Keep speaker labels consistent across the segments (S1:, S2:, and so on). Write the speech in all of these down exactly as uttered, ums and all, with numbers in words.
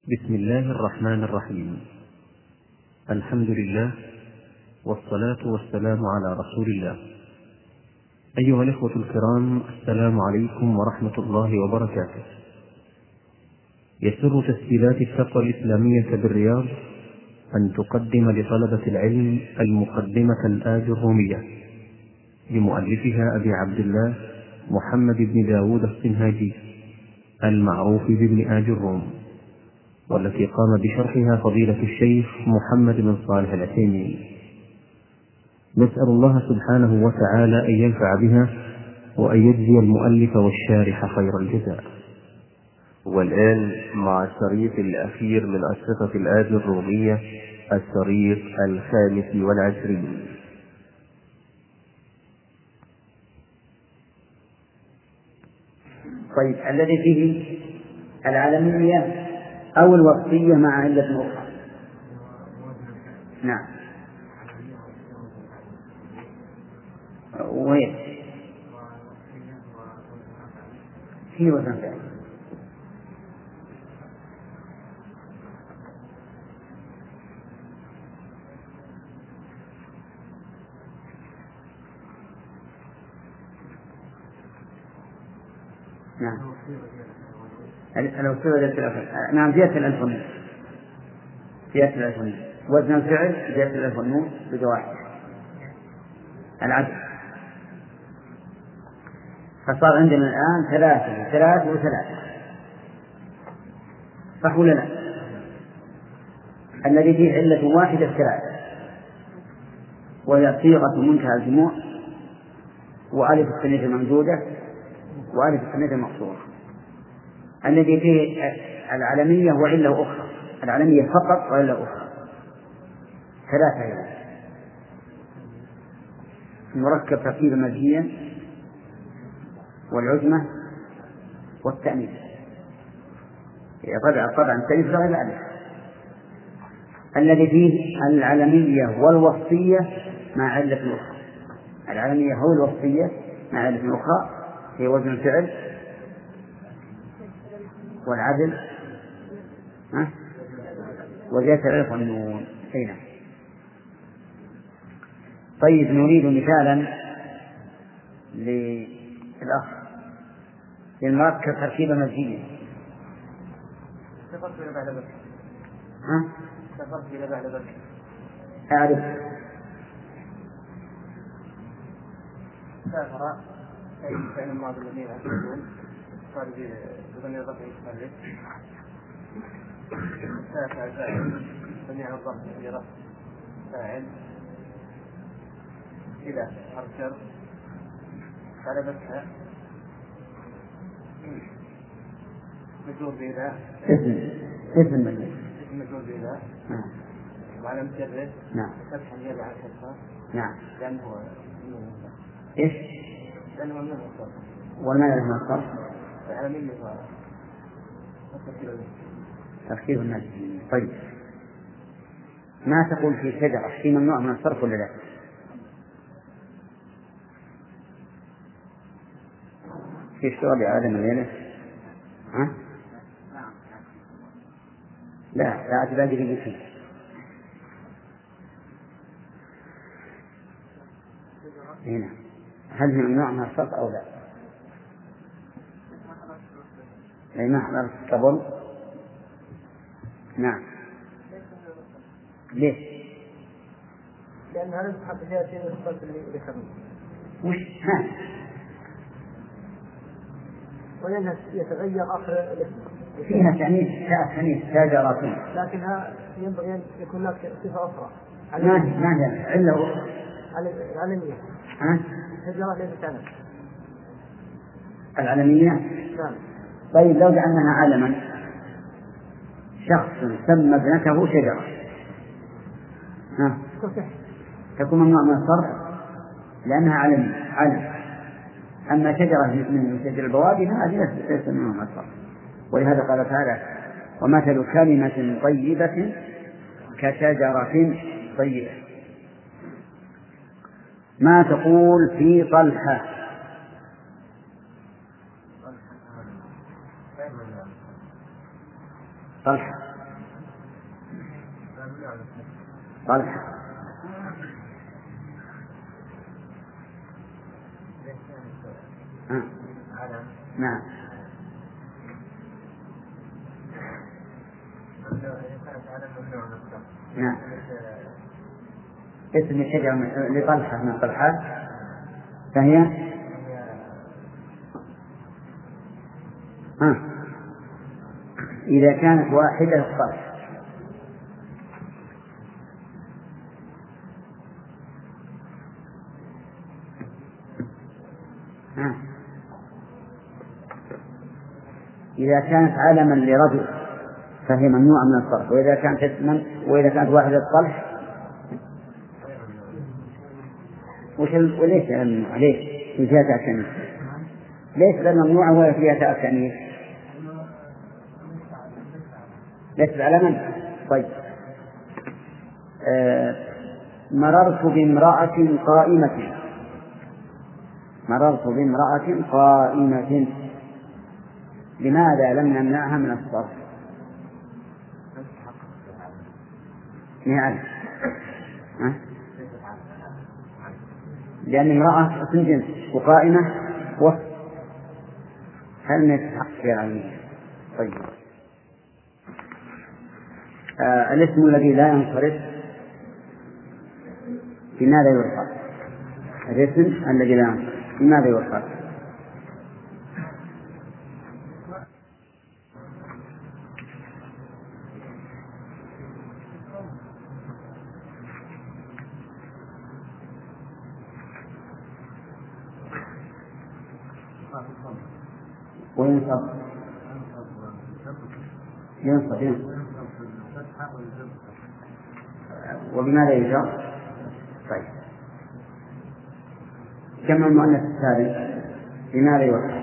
S1: بسم الله الرحمن الرحيم. الحمد لله والصلاة والسلام على رسول الله. أيها الإخوة الكرام، السلام عليكم ورحمة الله وبركاته. يسر تسجيلات التقوى الإسلامية بالرياض أن تقدم لطلبة العلم المقدمة الآجرومية لمؤلفها أبي عبد الله محمد بن داود الصنهاجي المعروف بابن آجروم، والتي قام بشرحها فضيلة الشيخ محمد بن صالح العثيمين. نسأل الله سبحانه وتعالى أن ينفع بها وأن يجزي المؤلف والشارح خير الجزاء.
S2: والآن مع الشريط الأخير من أشرطة الآجرومية، الشريط الخامس والعشرين.
S3: طيب، الذي فيه العالمية أو الوصفية مع علة أخرى. نعم. وين في وزن فعل؟ نعم. الوصفية جهة نعم جهة الألف والنون، جهة الألف والنون. وزن الفعل جهة الألف والنون بجواحد العدد. فصار عندنا الآن ثلاثة وثلاثة وثلاثة، صح ولا لا؟ الذي فيه علة واحدة ثلاثة، وهي صيغة منتهى الجموع، وألف الثانية الممدودة، وألف الثانية المقصورة. الذي فيه العلمية وعلة أخرى، العلمية فقط وعلة أخرى، ثلاثة علة: المركب تركيبا مزجيا، والعجمة، والتأنيث. طبعا طبعا التأنيث غير الألف. الذي فيه العلمية والوصفية مع علة أخرى. العلمية هو الوصفية مع علة أخرى، هي وزن الفعل والعدل وزيادة الألف والنون. هنا. طيب، نريد مثالا للأخ للمركب تركيبا مزجيا.
S4: تفرق إلى بعد بكر.
S3: ها؟
S4: تفرق إلى بعد بكر.
S3: أعرف.
S4: سافر فعل الماضي الذين يعتمدون قال بضمير الرفع يتحرك. سافر فاعل سمع الضرب في رفع فاعل إلى حرف جر على بكر مجرور بإله
S3: اسم اسم مجرور
S4: اسم مجرور بإله.
S3: نعم.
S4: وعلى مجرد
S3: نعم.
S4: فتحا يدعى على الكسرة.
S3: نعم.
S4: لأنه
S3: إيش؟
S4: لأنه من الصرف.
S3: والمعنى من الصرف
S4: العالمية
S3: تركيب الناس. طيب، ما تقول في شجرة في ممنوع من الصرف ولا لا؟ في اشتغال آدم الليلة؟ ها؟ لا لا اعتبادي في جسم. هنا هل هي ممنوع من الصرف أو لا؟ أي ما حضرت قبل. نعم. ليه؟
S4: لأن هذا تحط فيها شيء من الصرف اللي ذكرناه.
S3: وش؟ ها؟
S4: ولأنها يتغير آخر الاسم.
S3: فيها تأنيث تأنيث شجرة،
S4: لكنها ينبغي أن يكون لك صفة أخرى.
S3: ما ما هي علة أخرى؟
S4: العلمية.
S3: ها؟
S4: شجرة ليست علم.
S3: العلمية.
S4: نعم.
S3: طيب، لو جعلناها علما، شخص سمى ابنته شجرة، ها؟ تكون ممنوع من الصرف لأنها علم علم. أما شجرة من شجر البوادي فهذه ليست ممنوع من الصرف. ولهذا قال تعالى: ومثل كلمة طيبة كشجرة طيبة. ما تقول في طلحة؟ طلحة طلحة. آه. نعم. نعم. اسم الشجرة لطلحة من الطلحات فهي ها إذا كانت واحدة الطلح. ها إذا كانت علما لرجل فهي ممنوعة من الصرف، وإذا كانت اسما وإذا كانت واحدة الطلح وش وليش ممنوع؟ ليش فيها تأكيد؟ ليش غير ممنوعة ولا فيها تأكيد؟ ليس على من؟ طيب. آه مررت بامرأة قائمة. مررت بامرأة قائمة لماذا لم نمنعها من الصرف؟ نعم. ها؟ لأن امرأة اسم جنس وقائمة وصف، هل يستحق يعني؟ طيب. آه الاسم الذي لا ينصرف بماذا يرفع؟ الاسم الذي لا ينصرف بماذا يرفع؟ وينصب ينصب ينصب وبماذا يجر؟ طيب. كما المؤنث الثالث بماذا يرفع؟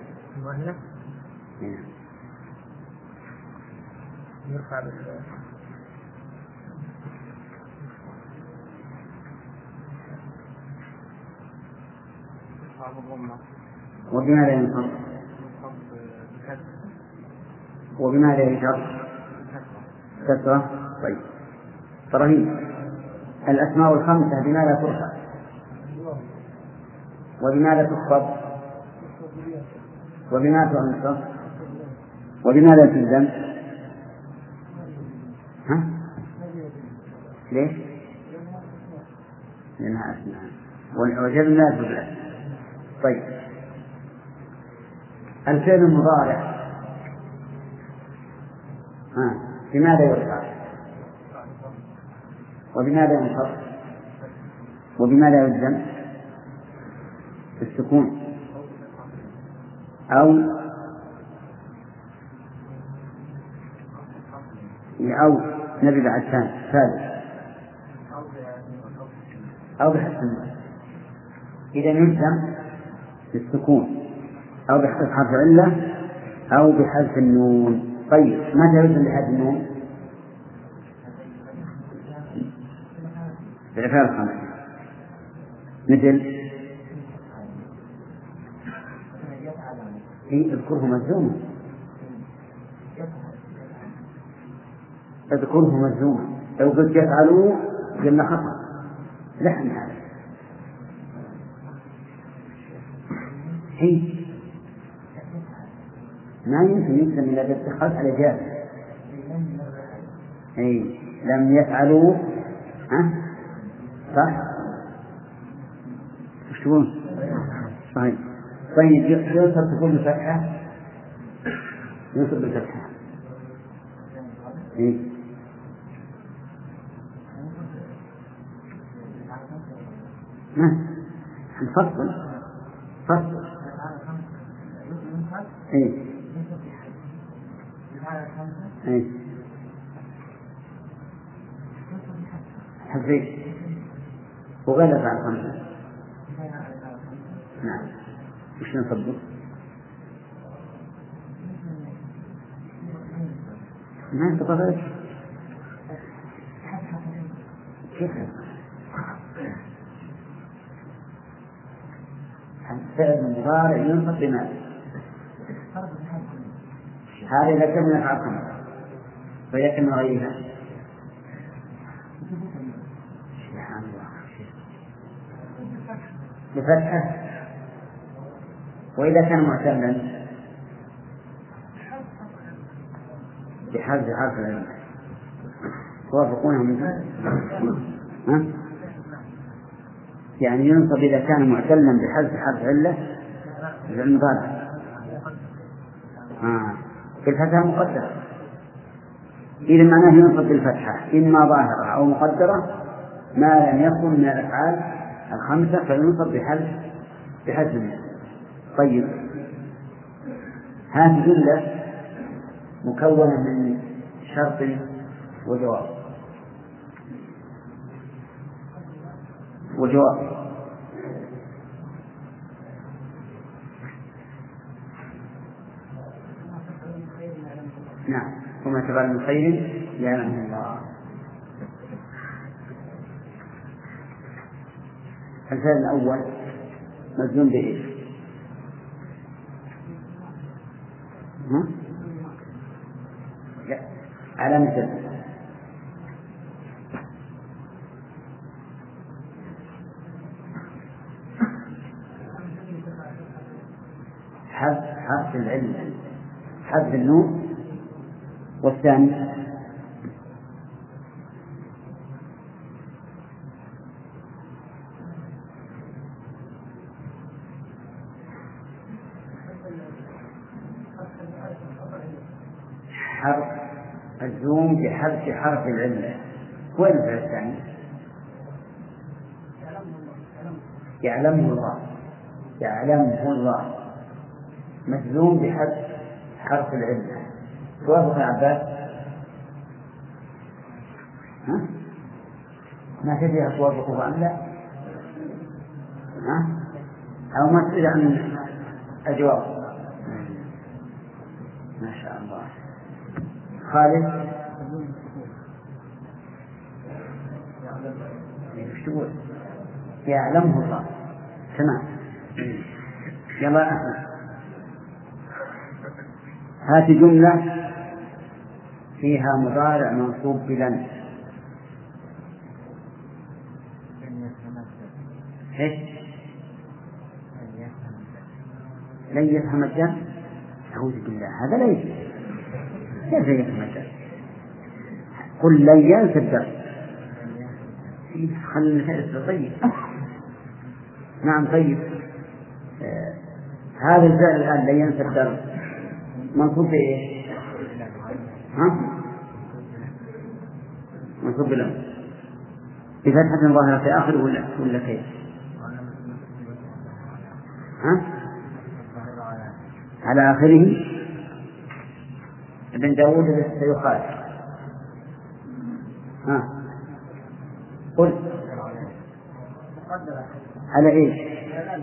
S4: يرفع بال
S3: وبماذا ينصب؟ وبماذا يجر؟ كسرة. طيب. إبراهيم الأسماء الخمسة بماذا ترفع؟ وبماذا تخفض؟ وبماذا تنصب؟ وبماذا تلزم؟ ها؟ ليش؟ لأنها أسماء وجدنا الجملة. طيب. الفعل المضارع ها بماذا يرفع؟ وبماذا ينصب؟ وبماذا يلزم؟ بالسكون أو أو نبي بعد ثالث أو بحذف النون. إذا يلزم بالسكون أو بحذف حرف علة أو بحذف النون. طيب ماذا يلزم بحذف النون؟ بالأفعال الخمسة مثل في اذكره مجزوما اذكره مجزوما لو قلت يفعلوا قلنا خطأ لحن هذا هي ما يمكن يسلم إلا باتخاذ على جاز. أي لم يفعلوا ها صح وش تقول؟ صحيح. طيب ينصب تكون بفتحة ينصب بالفتحة. إيه ما نفصل فصل. إيه إيه حزين وغير على خمسة. نعم وش نصبه؟ ما أنت طبعا كيف الفعل المضارع ينصب بماذا؟ هذا إذا كان من أفعال خمسة فيكن غيرها بفتحة. وإذا كان معتلا بحذف حرف العلة توافقونه من ها؟ يعني ينصب إذا كان معتلا بحذف حرف علة المضارع آه. في الفتحة مقدرة. إذا معناه ينصب بالفتحة إما ظاهرة أو مقدرة ما لم يكن من الأفعال الخمسة فينصب بحذف بحذف. طيب هذه جملة مكونة من شرط وجواب وجواب نعم. وما تفعل من خير يعلمه الله. الفعل الأول مجزوم بإيش؟ ها؟ لا علامة جزم. حذف حرف العلة حذف النون. والثاني حرف الزوم بحذف حرف العلة. وين الفعل الثاني؟ يعلمه الله يعلمه الله مجزوم بحذف حرف العلة. توافق يا عباس؟ ها؟ ما تدري توافقه أم لا؟ ها؟ أو ما تدري عن الجواب؟ ما شاء الله. خالد ايش تقول؟ يعلمه الله. تمام. يلا أحمد هات جملة فيها مضارع منصوب بلن. ايش؟ لن يفهم الجن. أعوذ بالله هذا لا يجوز. كيف يفهم الجن؟ قل لن ينسى الدرس. خلنا نفعل. طيب نعم. طيب آه. هذا الفعل الآن لن ينسى الدرس منصوب بإيه؟ ها؟ منصوب بلن بفتحة ظاهرة في آخر ولا ولا كيف؟ ها؟ على آخره. ابن داود سيخالف. ها؟ قل على إيش؟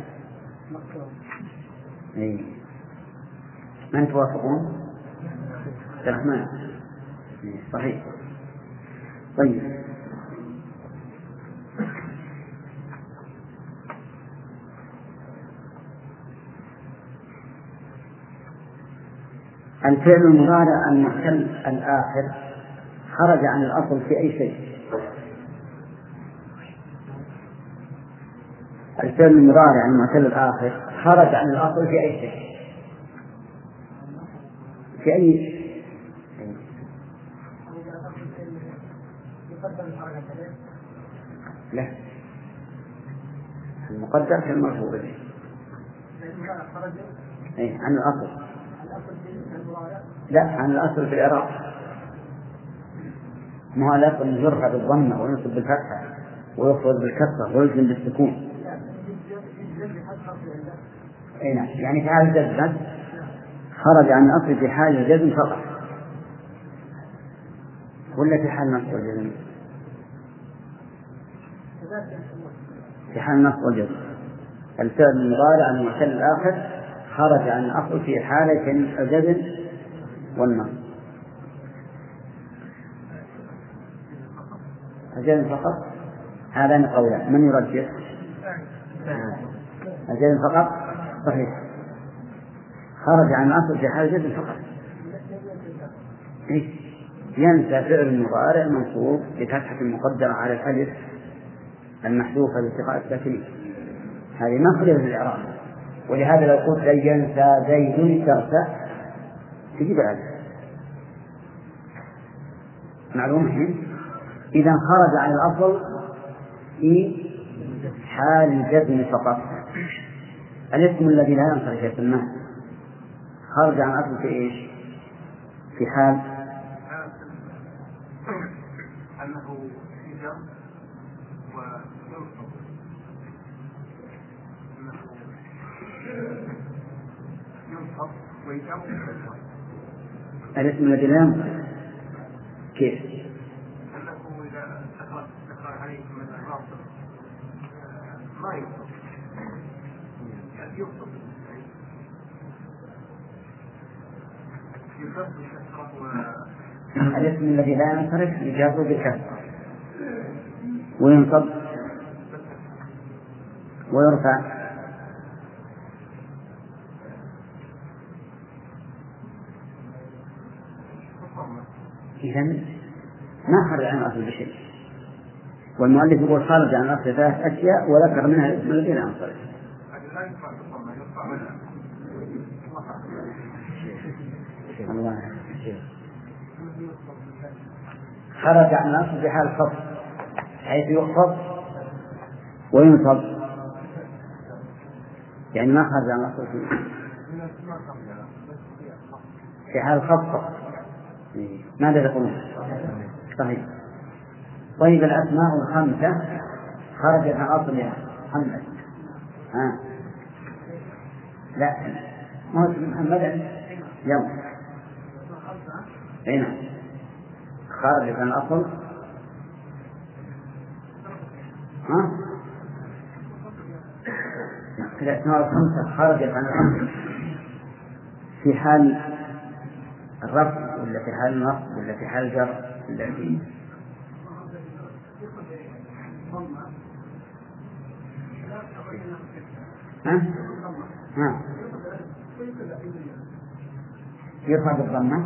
S3: إيه؟ من توافقون؟ الرحمن. صحيح. طيب الفعل المضارع المحتل الآخر خرج عن الأصل في أي شيء. الفعل المضارع المحتل الآخر خرج عن الأصل في أي شيء. في أي لا المقدر في المرفوع به أي عن الأصل. لا عن الأصل في الإعراب. ما هو الأصل يرفع بالضمة وينصب بالفتحة ويخفض بالكسرة ويلزم بالسكون. أي نعم. يعني في حال الجزم خرج عن الأصل في حال الجزم فقط ولا في حال النصب والجزم؟ في حال النصب والجزم. الفعل المضارع المحتل الآخر خرج عن الأصل في حالة الجزم والنصب. الجزم فقط. هذان قولان. من يرجح؟ الجزم فقط. صحيح. خرج عن الأصل في حال الجزم فقط. إيه؟ ينسى فعل مضارع منصوب بفتحة مقدرة على الألف المحذوفة لالتقاء الساكنين، هذه ما خليها من الإعراب. ولهذا لو قلت لن ينسى زيد ترسى تجيب الألف معلومة. إذا خرج عن الأصل في حال الجزم فقط. الاسم الذي لا ينصرف يسمى خرج عن الأصل في إيش؟ في حال
S4: أنه يجر وينصب، أنه ينصب ويجر.
S3: الاسم الذي لا ينصرف كيف؟
S4: أنه إذا دخل دخل عليه مثلا ناصب ما ينصب، ينصب ينصب بالكسرة.
S3: الاسم الذي لا ينصرف يجاز بالكسر وينصب ويرفع. إذن ما خرج عن الأصل بشيء، والمؤلف يقول خرج عن الأصل ثلاث أشياء وذكر منها الاسم الذي لا ينصرف. الله خرج عن الأصل في حال الخفض حيث يخفض وينصب، يعني ما خرج عن الأصل في حال الخفض. ماذا تقولون؟ صحيح. طيب الأسماء الخمسة خرجت عن أصلها محمد. ها لا ما هو محمد يوم هنا خرجت عن الأصل. ها الأسماء الخمسة خرجت عن الأصل في حال الرفع ولا في حال النصب ولا في حال الجر ولا في ها ها يرفع بالضمة.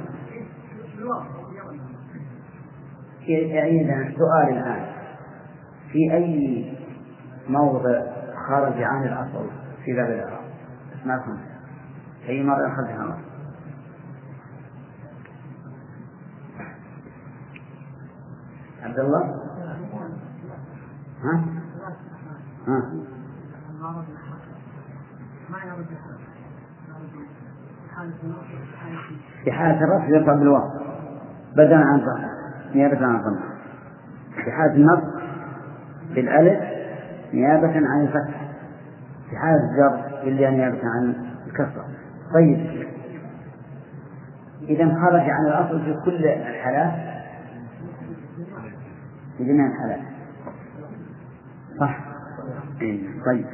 S3: إذا السؤال الآن في أي موضع خرج عن الأصل في باب الإعراب ما فهمت أي مرة خرج عن الأصل؟ عبد الله ها ها في حالة الرفع يرفع بالواو بدلا عن ضمة نيابة عن ضمة، في حالة النصب بالألف نيابة عن الفتح، في حالة الجر بالياء نيابة عن الكسرة. طيب إذا خرج عن الأصل في كل الحالات في جميع الحالات صح؟ طيب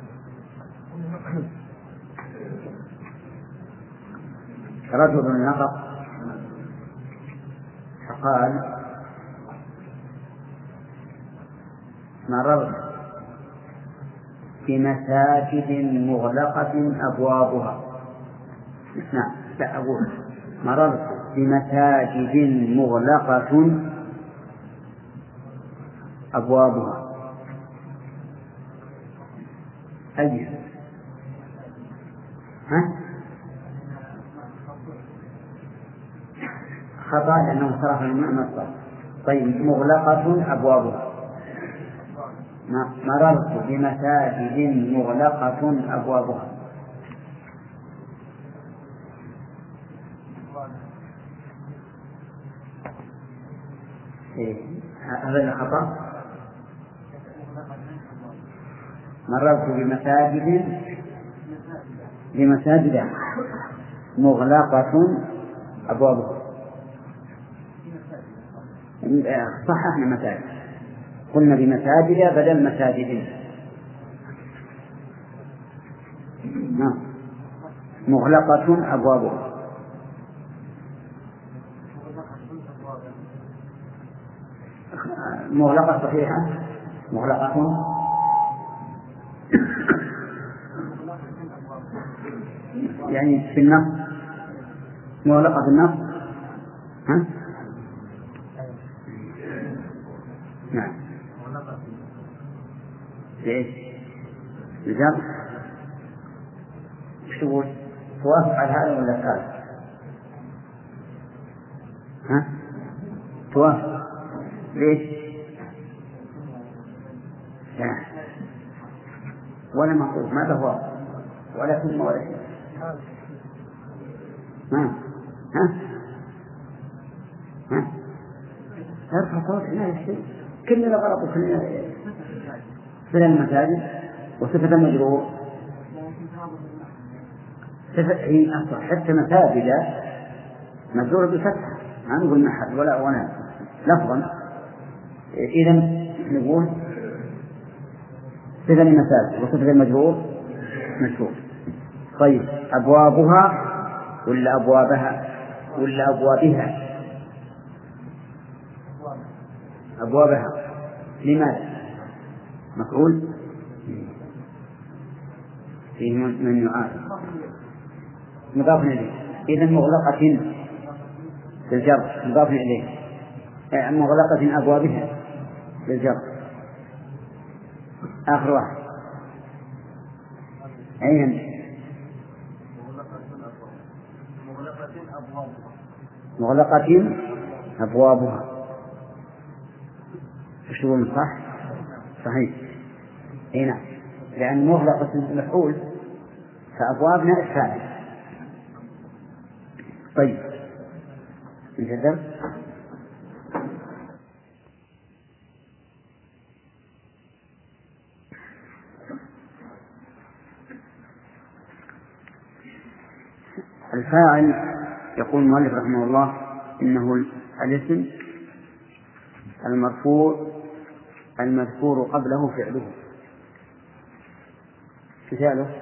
S3: رجل نطق فقال مررت في مساجد مغلقة أبوابها. نعم لا أقول مررت في مساجد مغلقة أبوابها. أي ها خطأ لأنه صرف المصدر. طيب مغلقة أبوابها. مررت بمساجد مغلقة أبوابها. إيه هذا خطأ. مررت بمساجد بمساجد مغلقة أبوابها. صححنا مساجد قلنا بمساجد بدل مساجد. نعم مغلقة أبوابها. مغلقة صحيحة مغلقة يعني في النص مغلقة في النص ها نعم. ليش؟ الجر وش تقول؟ توافق على هذا ولا هذا؟ ها؟ توافق. ليش؟ لا ولا مقصود ما له ولا ثم ولا شيء. ها ها ها ارفع صوت هنا شيء كلنا غلط وكلنا في المساجد. وصفة المجرور صفة هي أصلا حتى مساجد مجرور بالفتح ما نقول محل ولا ولا لفظا. إذا نقول صفة المساجد وصفة المجرور مشهور. طيب أبوابها ولا أبوابها ولا أبوابها؟ أبوابها. لماذا؟ مفعول فيه من يعارض مضاف إليه. إذا مغلقة بالجر مضاف إليه مغلقة أبوابها بالجر. آخر واحد أين؟ مغلقة أبوابها. وش تقول صح؟ صحيح. أي نعم لأن مغلقة مفعول فأبوابنا الفاعل. طيب نجدد. الفاعل يقول المؤلف رحمه الله إنه الاسم المرفوع المذكور قبله فعله. مثاله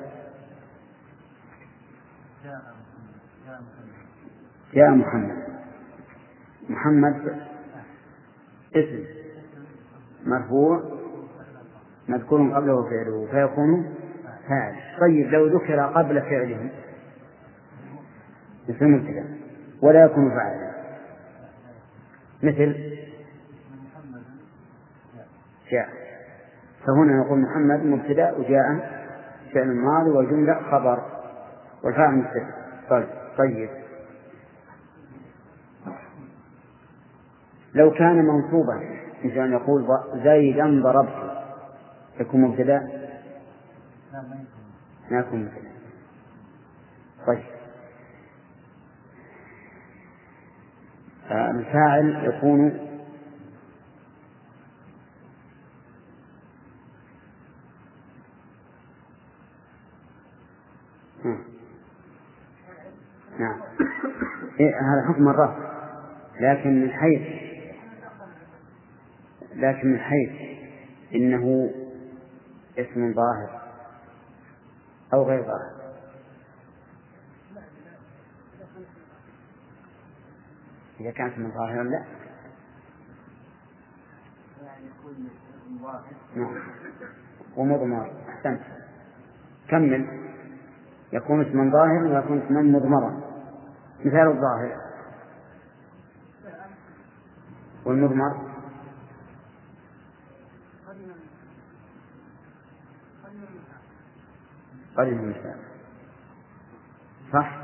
S3: يا محمد. محمد اسم مرفوع مذكور قبله فعله فيكون فاعل. طيب لو ذكر قبل فعله اسم مبتدأ ولا يكون فاعلا مثل جاء. فهنا نقول محمد مبتدأ وجاء فعل ماضي والجملة خبر والفاعل مبتدأ. طيب طيب لو كان منصوبا مثل أن يقول زيدا ضربت يكون مبتدأ لا يكون مبتدأ. طيب الفاعل يكون نعم إيه هذا حكم الرفع لكن من حيث لكن من حيث إنه اسم ظاهر أو غير ظاهر. إذا كان اسم ظاهرا لا نعم ومضمر. أحسنت كمل. يكون اسما ظاهرا ويكون اسما مضمرا. مثال الظاهر والمضمر قريب من المثال صح.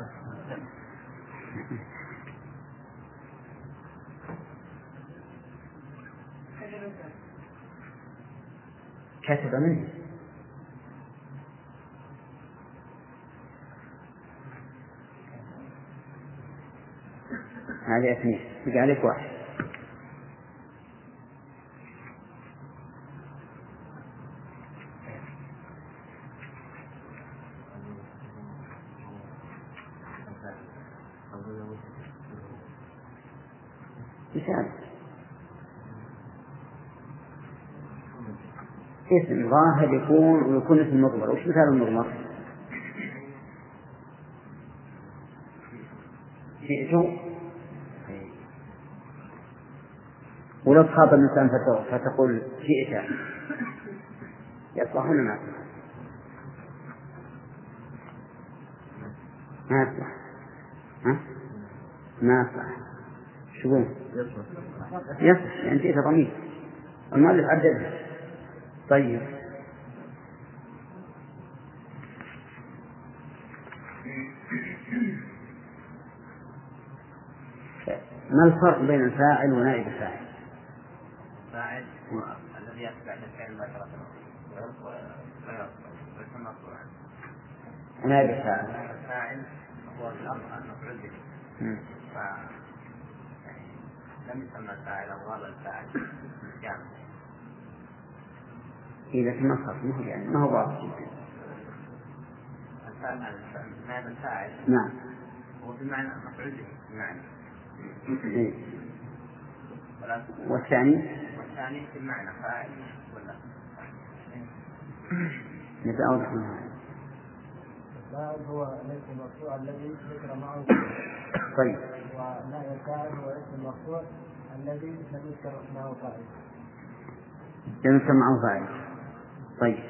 S3: كتب منه هذه اثنين يجي عليك واحد. مثال اسم ظاهر يكون ويكون اسم مضمر. وش مثال المضمر؟ جئت ولو تخاطب الإنسان فتقول جئت يصلح ولا ما يصلح؟ ما يصلح. ها؟ ما يصلح. شو يصلح؟ يصلح يعني جئت ضمير المؤلف عددها. طيب ما الفرق بين الفاعل ونائب الفاعل؟
S5: الفاعل هو الذي يتبع الفعل مباشرة ويسمى مفعولا.
S3: نائب الفاعل
S5: الفاعل هو الأصل المفعول به. لم يسمى الفاعل أو غاب الفاعل يعني.
S3: إذا كان مصر يعني ما هو واضح جدا.
S5: الفاعل نائب الفاعل
S3: نعم
S5: هو بمعنى مفعول به بمعنى.
S3: إيه. والثاني
S5: والثاني بمعنى فاعل ولا
S3: نبي أوضح من هذا.
S4: الفاعل هو الاسم المرفوع الذي ذكر معه.
S3: طيب
S4: ونائب الفاعل هو الاسم المرفوع الذي لم يذكر معه فاعل.
S3: لم يذكر معه فاعل. طيب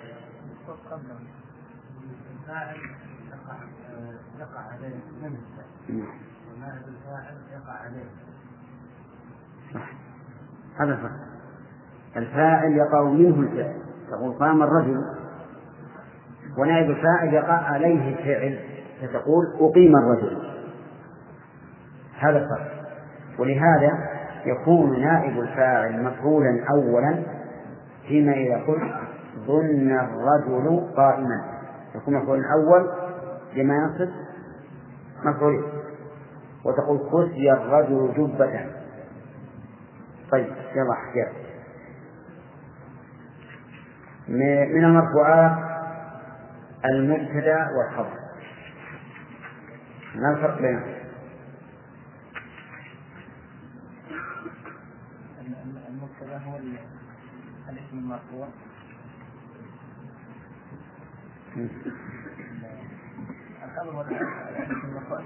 S5: الفاعل يقع عليه من الفاعل ونائب الفاعل يقع عليه.
S3: صح هذا فرق. الفاعل يقع منه الفعل تقول قام الرجل، ونائب الفاعل يقع عليه الفعل فتقول أقيم الرجل. هذا الفرق. ولهذا يكون نائب الفاعل مفعولا أولا فيما إذا قلت ظن الرجل قائما، يكون مفعول أول لما ينصب مفعول. وتقول كسي الرجل جبة. طيب يلا احكي. من المرفوعات المبتدأ والخبر. ما الفرق بينهم؟
S4: المبتدأ هو الاسم المرفوع الخبر هو الاسم المرفوع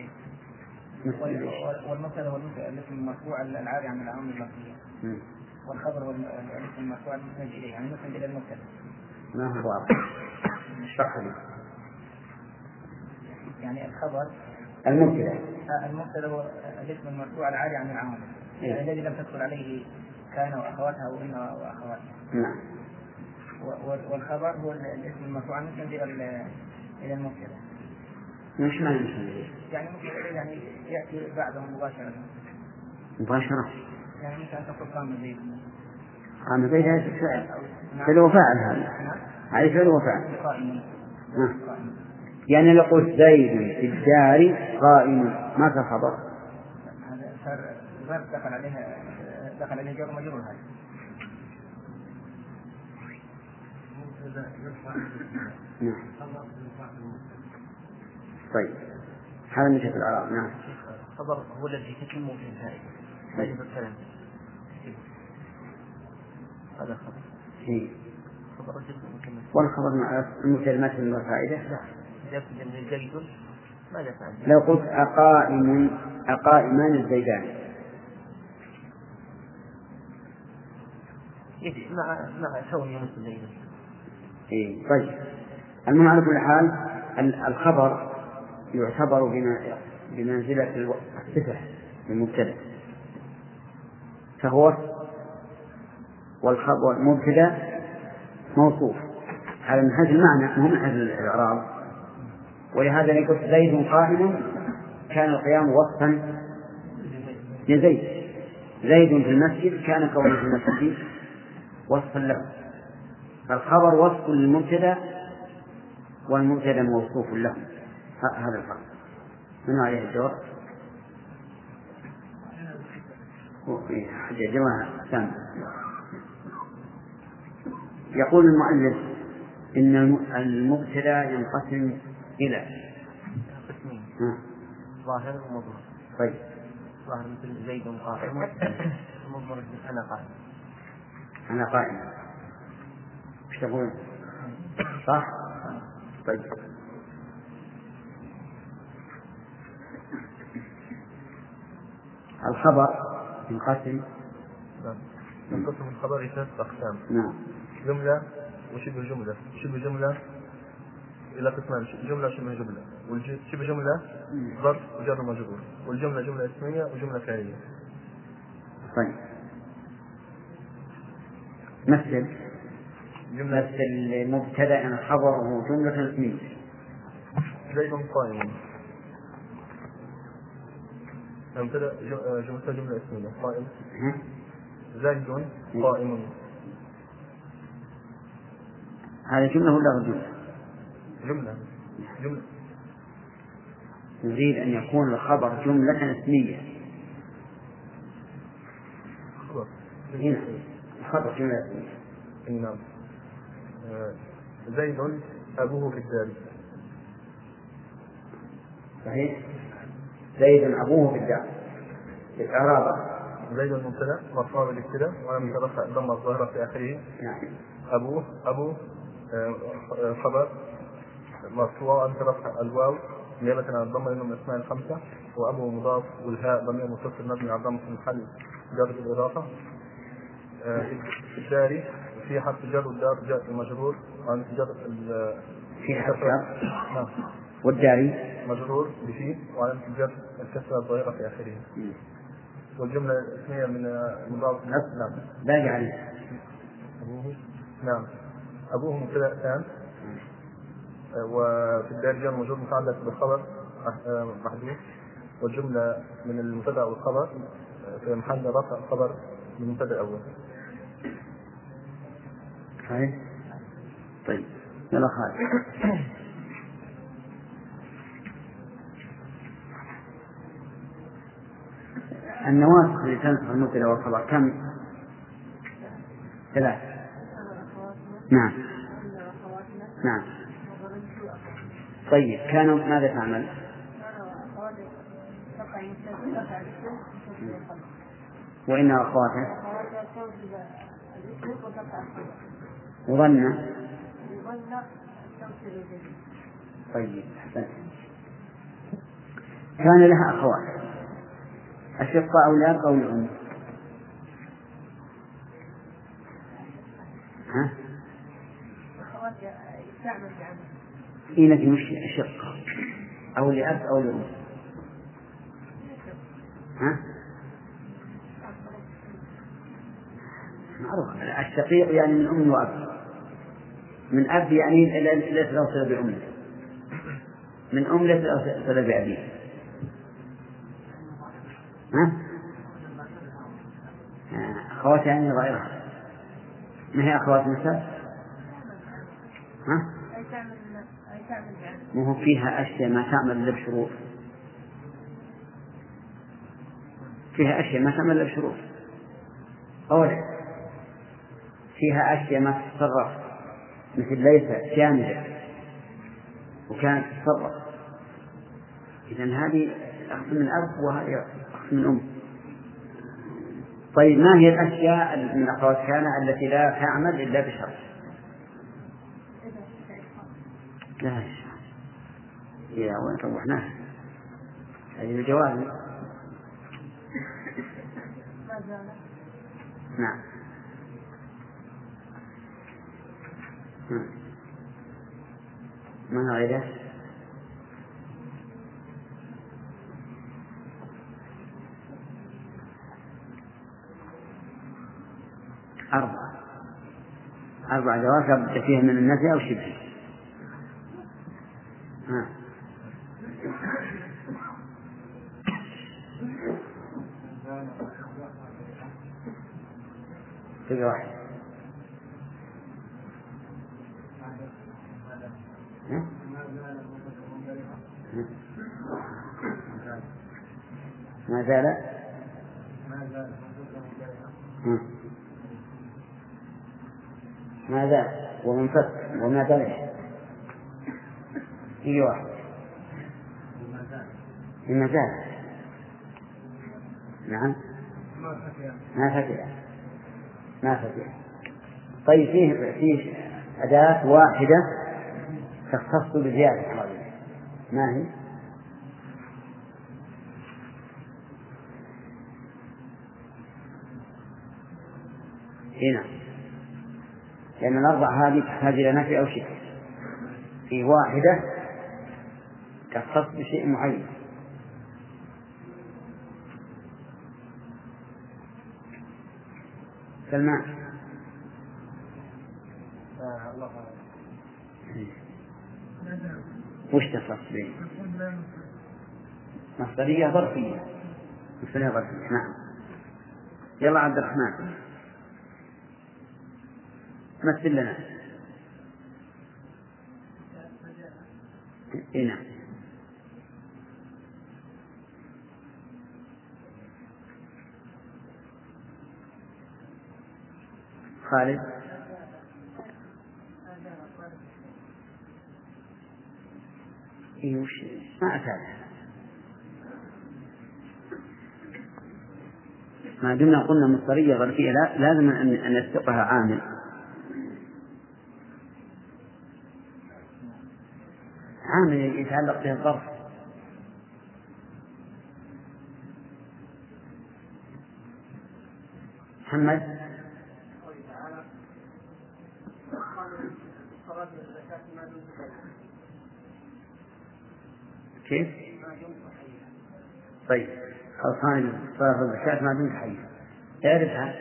S4: والمبتدأ هو الاسم المرفوع العاري عن العامل المرفوع، والخبر هو الاسم المرفوع المسند إليه يعني مسند إلى المبتدأ.
S3: ما هو واضح. اشرح لي.
S4: يعني الخبر
S3: المبتدأ
S4: المبتدأ هو الاسم المرفوع العاري عن العامل يعني الذي لم تدخل عليه كان وأخواتها أو إن وأخواتها.
S3: نعم.
S4: والخبر هو الاسم المرفوع المسند إلى إلى المبتدأ.
S3: مش معنى مسند؟
S4: يعني ممكن يعني يأتي بعده مباشرة.
S3: مباشرة.
S4: يعني مثل أن تقول قام زيد.
S3: قام زيد هذا الفعل. فعل وفاعل هذا. هذا فعل وفاعل.
S4: قائم.
S3: يعني لو قلت زيد في الدار قائم ما في خبر.
S4: هذا صار ظرف دخل عليها دخل عليه جر مجرور هذا.
S3: نعم. طيب هذا من شكل العراق. نعم.
S5: الخبر هو الذي تتم في الفائدة.
S3: طيب.
S5: هذا خبر.
S3: إيه.
S5: خبر جدا مكمل.
S3: والخبر مع المكلمات الفائدة.
S5: لا. جاءت من زيد ماذا فعل؟
S3: لو قلت أقائم أقائمان الزيدان.
S5: يجي مع مع كوني مثل زيد.
S3: إيه. طيب المهم على كل حال الخبر يعتبر بمنزلة الصفة المبتدأ فهو، والخبر المبتدأ موصوف على من حيث المعنى مو من حيث الإعراب. ولهذا يقول زيد قائم كان القيام وصفا لزيد. زيد في المسجد كان كونه في المسجد وصفا له. فالخبر وصف للمبتدأ والمبتدأ موصوف له. هذا الفرق. من عليه الدور؟ جماعة سام. يقول المؤلف إن المبتدأ ينقسم إلى
S5: قسمين ظاهر ومضمر.
S3: طيب
S5: ظاهر مثل زيد قائم ومضمر مثل أنا قائم.
S3: أنا قائم. ايش تقول؟ صح؟ طيب الخبر ينقسم.
S6: نعم. ينقسم الخبر إلى ثلاثة أقسام.
S3: نعم.
S6: جملة وشبه جملة. شبه جملة إلى قسمان، جملة وشبه جملة. والشبه جملة ظرف وجر ومجرور، والجملة جملة اسمية وجملة فعلية.
S3: طيب مثل
S6: جملة
S3: مثل مبتدأ خبره جملة اسمية.
S6: زيد قائم. مبتدأ جملة جملة اسمية قائم. زيد قائم.
S3: هذه جملة ولا غير جملة؟
S6: جملة. جملة.
S3: نريد أن يكون الخبر جملة اسمية.
S6: خبر.
S3: هنا الخبر جملة اسمية.
S6: نعم. زيد أبوه في الدار.
S3: صحيح. زيد أبوه في الدار. الإعراب
S6: زيد المبتدأ مرفوع بالابتداء ولم يترفع الضمة الظاهرة في آخره.
S3: نعم.
S6: أبوه أبوه خبر مرفوع ولم يترفع الواو نيابة عن الضمة لأنه من الأسماء الخمسة، وأبوه مضاف والهاء ضمير متصل مبني على الضمة في محل جر بالإضافة. الداري في حرف جر والدار جاء المجرور وعن جر
S3: في حرف جر.
S6: نعم.
S3: والداري
S6: مجرور بفيه وعن جر الكسرة الظاهرة في آخره. والجملة الاسمية من مضاف.
S3: نعم. باقي عليه.
S6: أبوه. نعم. أبوه مبتدأ ثان وفي الدار جر مجرور متعلق بالخبر محذوف، والجملة من المبتدأ والخبر في محل رفع خبر من المبتدأ الأول.
S3: صحيح. طيب يلا خالد. النواسخ اللي تنسخ المبتدأ والخبر كم؟ ثلاث. نعم. نعم. طيب كانوا ماذا تعمل؟ وإن أخواته وظن. طيب أحسنت. كان لها أخوات أشقاء أو لأب أو لأم. ها؟ إيه لكن مش أشقاء أو لأب أو لأم. ها؟ معروف. الشقيق يعني من أم وأب. من أب يعني ليس له صلة بأمه. من أم ليس له صلة بأبيه. ها؟ أخوات يعني غيرها. ما هي أخوات نساء؟ ها؟ ما هو فيها أشياء ما تعمل إلا بشروط. فيها أشياء ما تعمل إلا بشروط. أولا فيها أشياء ما تتصرف مثل ليس جامدة وكانت تتصرف. إذن هذه أخذ من أب وهذه أخذ من أم. طيب ما هي الأشياء من أخوات كان التي لا تعمل إلا بشرط؟ لا يا وين روحناها هذه الجواب. نعم. ما غيره؟ أربعة. أربع جواب لابد فيها من النفي أو شبه. ها. تلقى واحد. ها؟ ما زال ما زال ومنفك وما زال هي واحد. ما زال. نعم. ما فتح. ما فتح. طيب فيه فيه أداة واحدة تختص بزيادة هذه. ما هي؟ هنا. لأن الأربع هذه تحتاج إلى نفي أو شيء. في واحدة تختص بشيء معين. سلمان
S4: الله أعلم.
S3: وش تصف به؟ مصدرية ظرفية. مصدرية ظرفية. نعم. يلا عبد الرحمن مثل لنا. إيه نعم. خالد إيه وش ما أفعل ما دمنا قلنا مصدرية ظرفية لا لازم أن نسبقها عامل. عامل يتعلق به الظرف. محمد كيف؟ طيب خلصان صرف الزكاة ما دمت حي تعرفها؟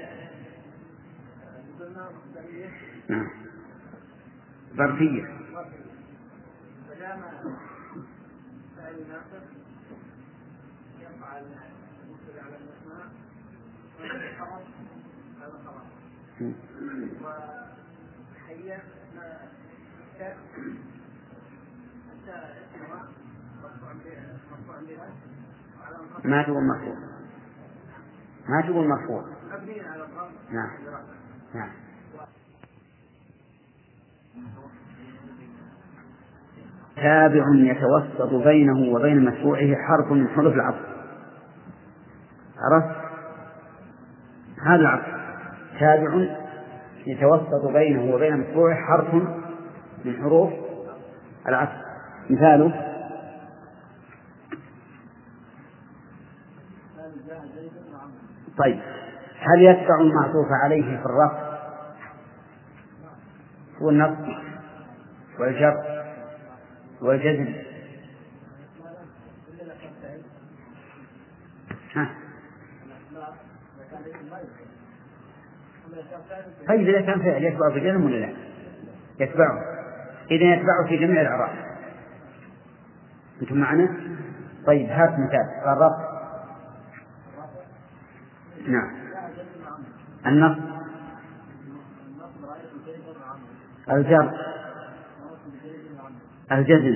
S3: نعم ظرفية. ما تقول مرفوع ما تقول مرفوع. نعم نعم. تابع يتوسط بينه وبين مشروعه حرف من حروف العطف. عرفت هذا العطف تابع يتوسط بينه وبين مشروعه حرف من حروف العطف. مثاله طيب هل يتبع المعطوف عليه في الرفع والنصب والجر والجزم؟ ها طيب إذا كان فعل يتبع بجزم ولا لا؟ يتبعه. إذا يتبعه في جميع الأعراف. أنتم معنا؟ طيب هات مثال الرفع. نعم النصب الجر الجزم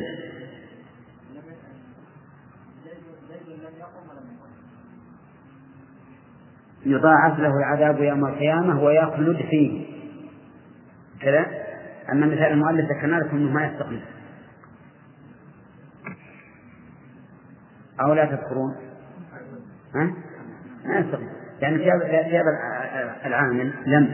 S3: يضاعف له العذاب يوم القيامة ويخلد فيه كذا. أما مثال المؤلف ذكرنا لكم أنه ما يستقيم أو لا تذكرون ها؟ ما يستقيم يعني جاب العامل لم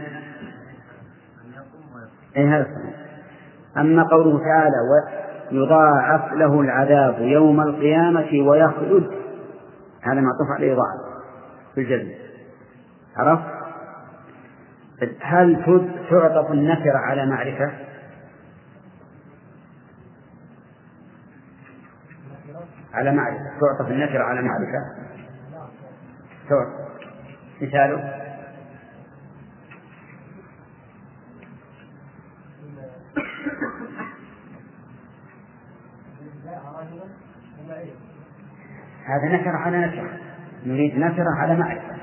S3: أي هذا الصحيح. أما قوله تعالى ويضاعف له العذاب يوم القيامة ويخلد هذا معطوف عليه يضاعف في الجزم. عرفت؟ هل تعطف النكرة على معرفة؟ على معرفة تعطف النكرة على معرفة تعطف. مثاله هذا نكرة على نكرة نريد نكرة على معرفة.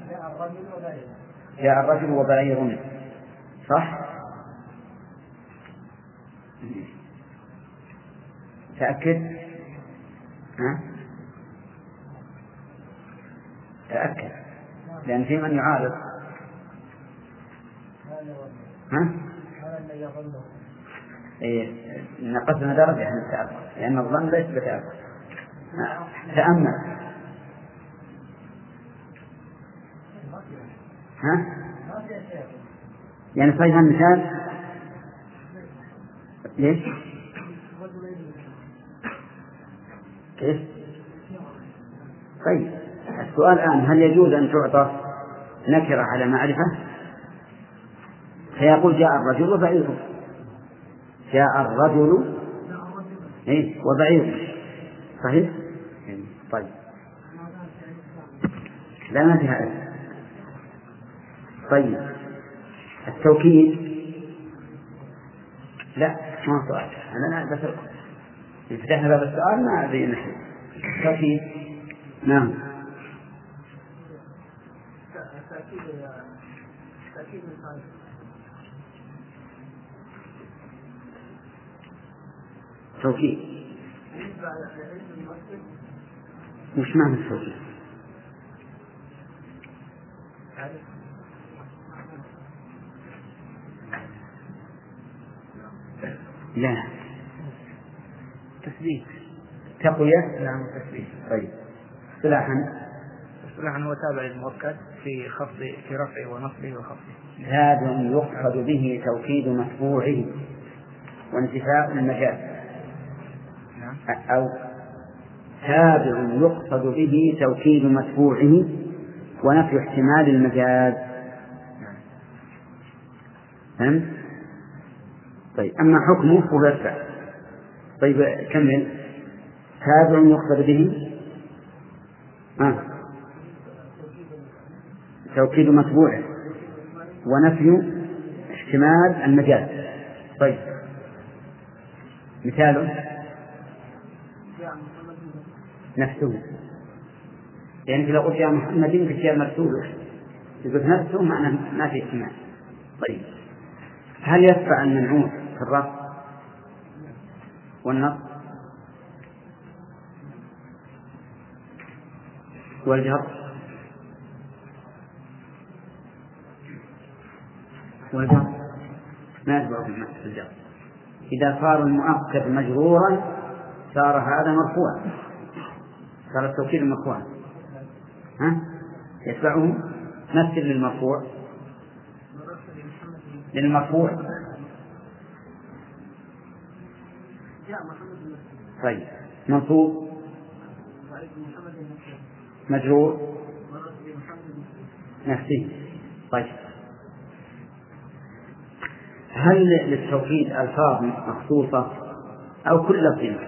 S3: جاء الرجل وبعير صح؟ تأكد ها؟ تأكد لأن في من يعارض ها؟ إيه نقصنا درجة عن التأكد لأن الظن ليس بتأكد. تأمل ها؟ يعني صحيح المثال ليش؟ كيف؟ طيب السؤال الآن هل يجوز أن تعطى نكرة على معرفة؟ فيقول جاء الرجل وبعيره جاء الرجل إيه وبعيره صحيح؟ طيب لا ما في هذا. طيب التوكيد لا ما سؤال، أنا لا بس فتحنا باب السؤال ما أدري نحن توكيد. نعم. توكيد مش معنى التوكيد؟ لا
S4: تثبيت.
S3: تقوية.
S4: نعم تثبيت.
S3: طيب اصطلاحا
S4: اصطلاحا هو تابع للمؤكد في خفض في رفعه ونصبه وخفضه.
S3: تابع يقصد به توكيد متبوعه وانتفاء المجاز.
S4: نعم.
S3: أو تابع يقصد به توكيد متبوعه ونفي احتمال المجاز. فهمت؟ طيب أما حكمه فهو يرفع. طيب كمل. تابع يقصد به آه. توكيد متبوعه ونفي احتمال المجاز. طيب مثاله نفسه، يعني لو قلت يا محمد قلت يا مرسوله، يقول نفسه معنى ما في احتمال. طيب هل يدفع المنعوت في الرفع والنصب والجر والجر؟ ما يدفع في الجر. إذا صار المؤكد مجرورا صار هذا مرفوعا، صار التوكيد مرفوعا. ها يتبعه مثل للمرفوع للمرفوع. طيب منصوب مجرور نفسه. طيب هل للتوكيد ألفاظ مخصوصة أو كل لفظ؟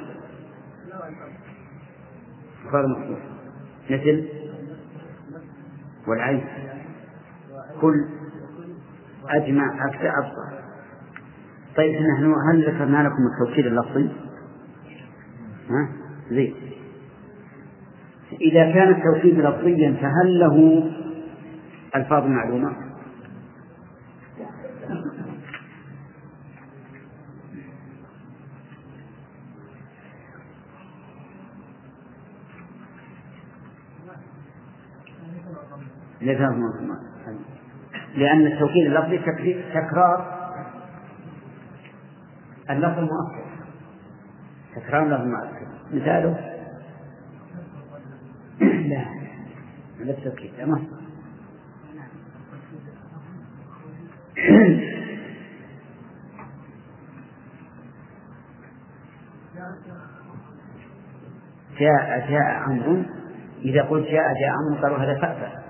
S3: ألفاظ مخصوصة مثل والعين كل أجمع أكثر أبصر. طيب نحن هل ذكرنا لكم التوكيد اللفظي؟ ها زين. إذا كان التوكيد لفظيا فهل له ألفاظ معلومة؟ لأن التوكيد اللفظي تكرار اللفظ المؤكد، تكرار اللفظ المؤكد. مثاله لا لا التوكيد تمام. جاء جاء عمرو، إذا قلت جاء جاء عمرو قالوا هذا فأفة.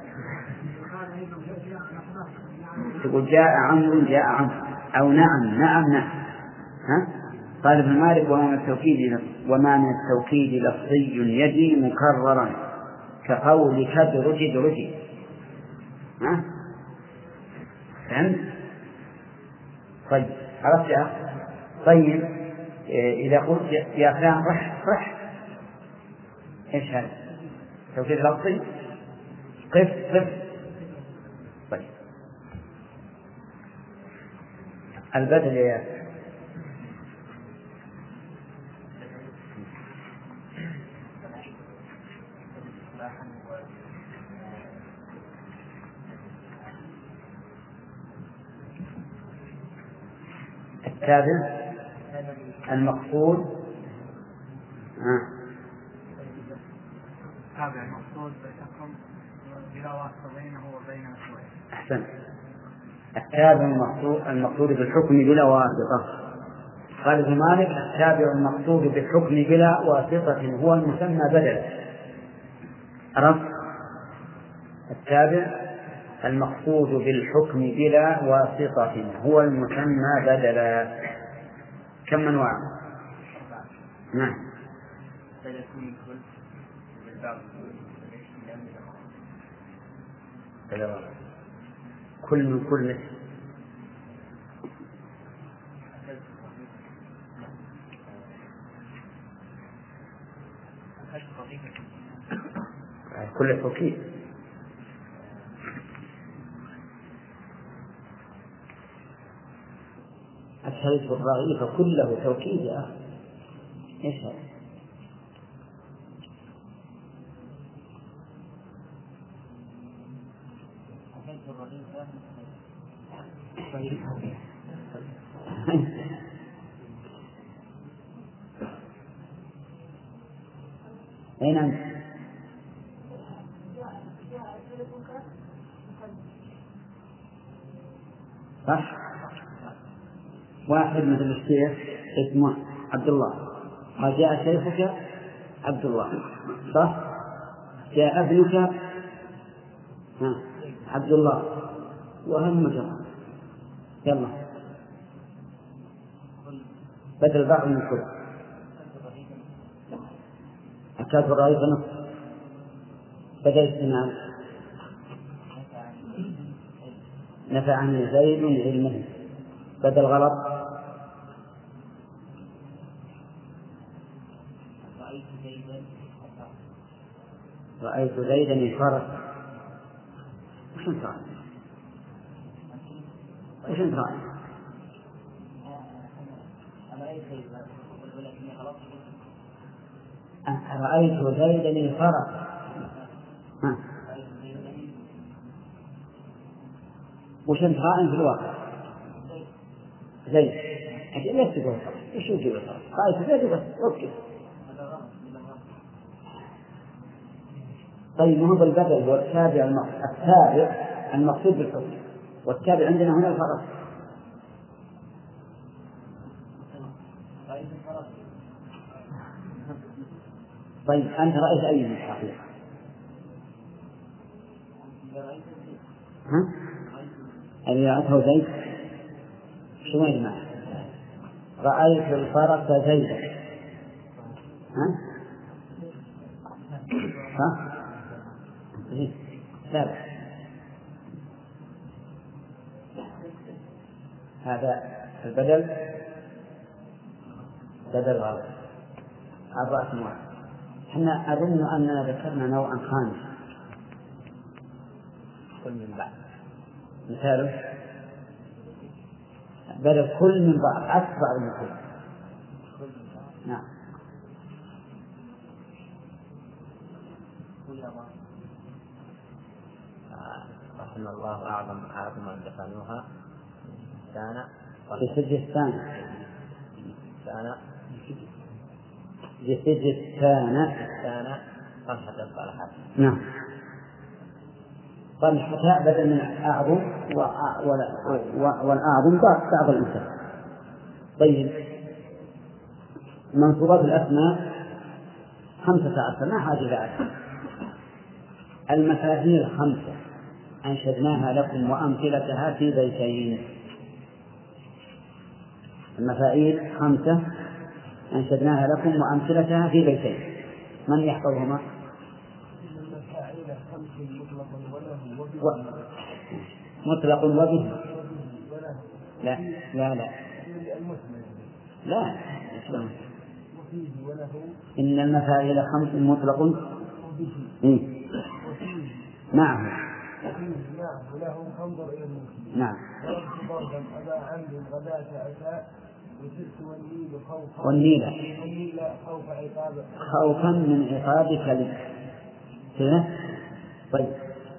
S3: تقول جاء عمرو جاء عمرو أو نعم نعم نعم. ها؟ قال ابن مالك وما من التوكيد وما من التوكيد لفظي يجي مكررا كقولك درج درج. ها؟ فهمت؟ طيب عرفت يا أخي؟ طيب إذا قلت يا فلان رح رح إيش هذا؟ توكيد لفظي. قف قف. طيب البدل يا التابع المقصود. آه.
S4: التابع المقصود بحكم بلا واسطة بينه وبين أخوه.
S3: أحسن. التابع المقصود المقصود بالحكم بلا واسطة. قال ابن مالك التابع المقصود بالحكم بلا واسطة هو المسمى بدلا. عرفت؟ التابع المقصود بالحكم بلا واسطة هو المسمى بدلا. كم من واحد؟ نعم. كل من كل للتوكيد. أشهد الرغيف كله توكيد يا أخي. إيش هذا؟ أين أنت؟ صح؟ واحد مثل الشيخ اسمه عبد الله، قال جاء شيخك عبد الله، صح؟ جاء ابنك ها عبد الله، وهم جمع. يلا بدل بعض من كل أكاد الرأيض نصف بدل استعمال نفعني زيد علمه بدل غلط رأيت زيدا انفرد. وش انت رأيت؟ وش انت رأيت؟ رأيت زيدا انفرد. ها وش انت رأيت في الواقع؟ زيد أكيد لا تقول وش يجيب رأيت زيد بس أوكي. طيب ما هو البدل هو التابع التابع المقصود بالحكم، والتابع عندنا هنا الفرق. طيب أنت رأيت أي من الحقيقة؟ ها؟ اللي رأيته زيد شو ما يجمع؟ رأيت الفرق زيدا. ها؟ ها؟ لا هذا البدل بدل غلط. أربعة أنواع. احنا أظن أننا ذكرنا نوعا خامس كل من بعض، مثاله بدل كل من بعض عكس بعض من كل. نعم
S5: رحمه الله أعظم أعظم أن دفنوها كان
S3: بسجستان
S5: كان
S3: بسجستان
S5: كان طلحة الطلحة.
S3: نعم طلحة بدل من أعظم والأعظم بعض الإنسان. طيب منصوبات الأسماء خمسة عشر ما حاجة إلى عشر. المفاهيم خمسة أنشدناها لكم وأمثلتها في بيتين. المفاعيل خمسة أنشدناها لكم وأمثلتها في بيتين. من يحفظهما؟ و... مطلق وبه. لا لا لا لا إن المفاعيل خمس مطلق إيه؟ معه
S7: له انظر الى المسلم.
S3: نعم
S7: ضربا ابا عمرو غداة عشاء وسرت والنيل خوفا
S3: والنيل
S7: والنيل خوف عقاب
S3: خوفا من عقابك لك كذا. طيب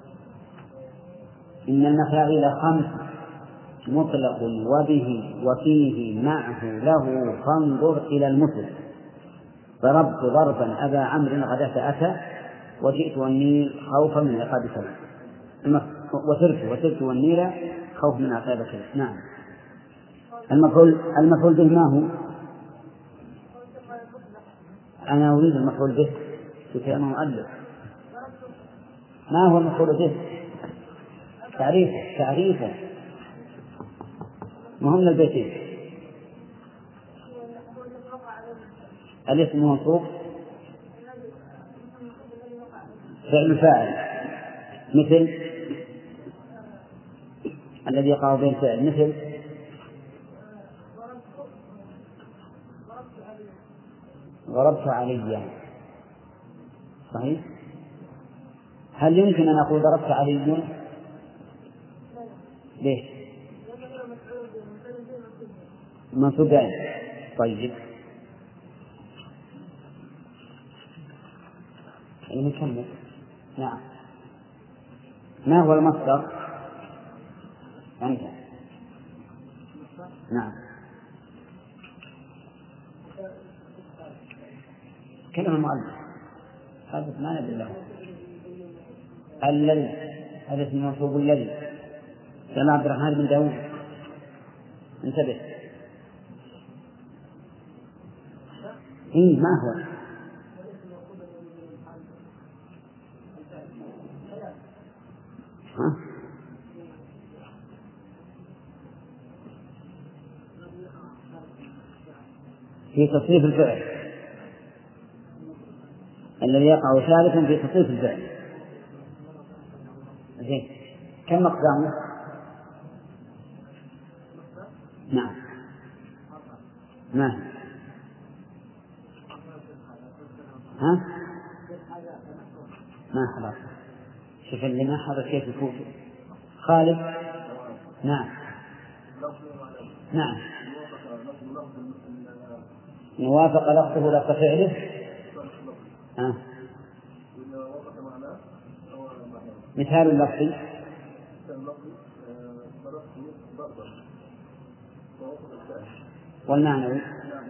S3: إن المفاعيل خمس مطلق وبه وفيه معه له فانظر إلى المثل. ضربت ضربا أبا عمرو غداة أتى وجئت والنيل خوفا من عقابك لك. وسرت وسرت والنيل خوف من عقابك. نعم المفعول المفعول به ما هو؟ أنا أريد المفعول به في كلام مؤلف. ما هو المفعول به؟ تعريفه تعريفه ما هم البيتين. الاسم موصوف فعل فاعل مثل الذي يقع بين فعل مثل ضربت عليا. صحيح هل يمكن أن أقول ضربت علي؟ ليش؟ منصوب دائم. طيب نكمل. نعم. ما هو المصدر؟ أنت. نعم. كلمة المؤلف هذا ما ندري له. الذي هذا اسم منصوب الذي كما عبد الرحمن بن داود. انتبه. إيه ما هو؟ ها؟ في تصريف الفعل الذي يقع ثالثا في تصريف الفعل. زين. كم أقسامه؟ نعم. ما هي؟ ها؟ ما حضر. شوف اللي ما حضر كيف يكون. خالد. نعم. نعم. نوافق لفظه لفظ فعله. ها. مثال اللفظ والمعنوي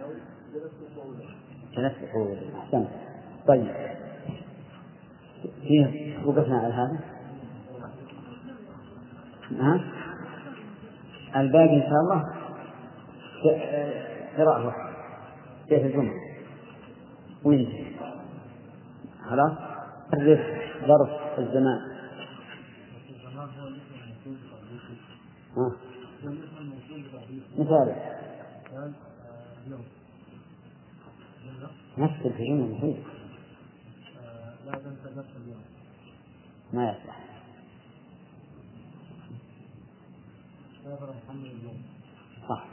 S3: جلست قوله. أحسنت. طيب فيه وقفنا على هذا. ها؟ الباقي إن شاء الله قراءة واحدة كيف الجمعة وينتهي. خلاص. تعرف ظرف الزمان. ها؟ مثال نفس الجملة مفيد ما يصلح. صح.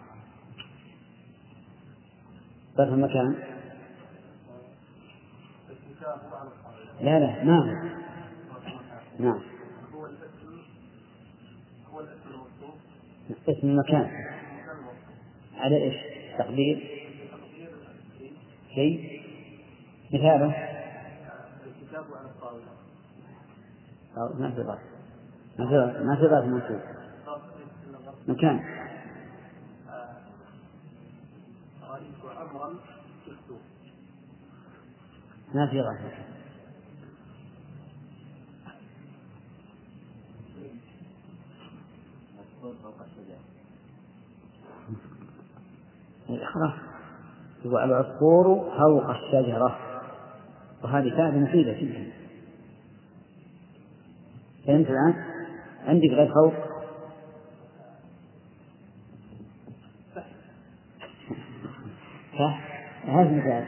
S3: ظرف المكان. لا لا ما هو. نعم. اسم المكان على إيش؟ تقدير شيء. مثاله ما في ظرف ما في ظرف منصوب. مكان ما في ظرف. خلاص. يقول العصفور فوق الشجرة وهذه فائدة مفيدة جدا. فهمت الآن؟ عندك غير فوق. صح. هذا مثال.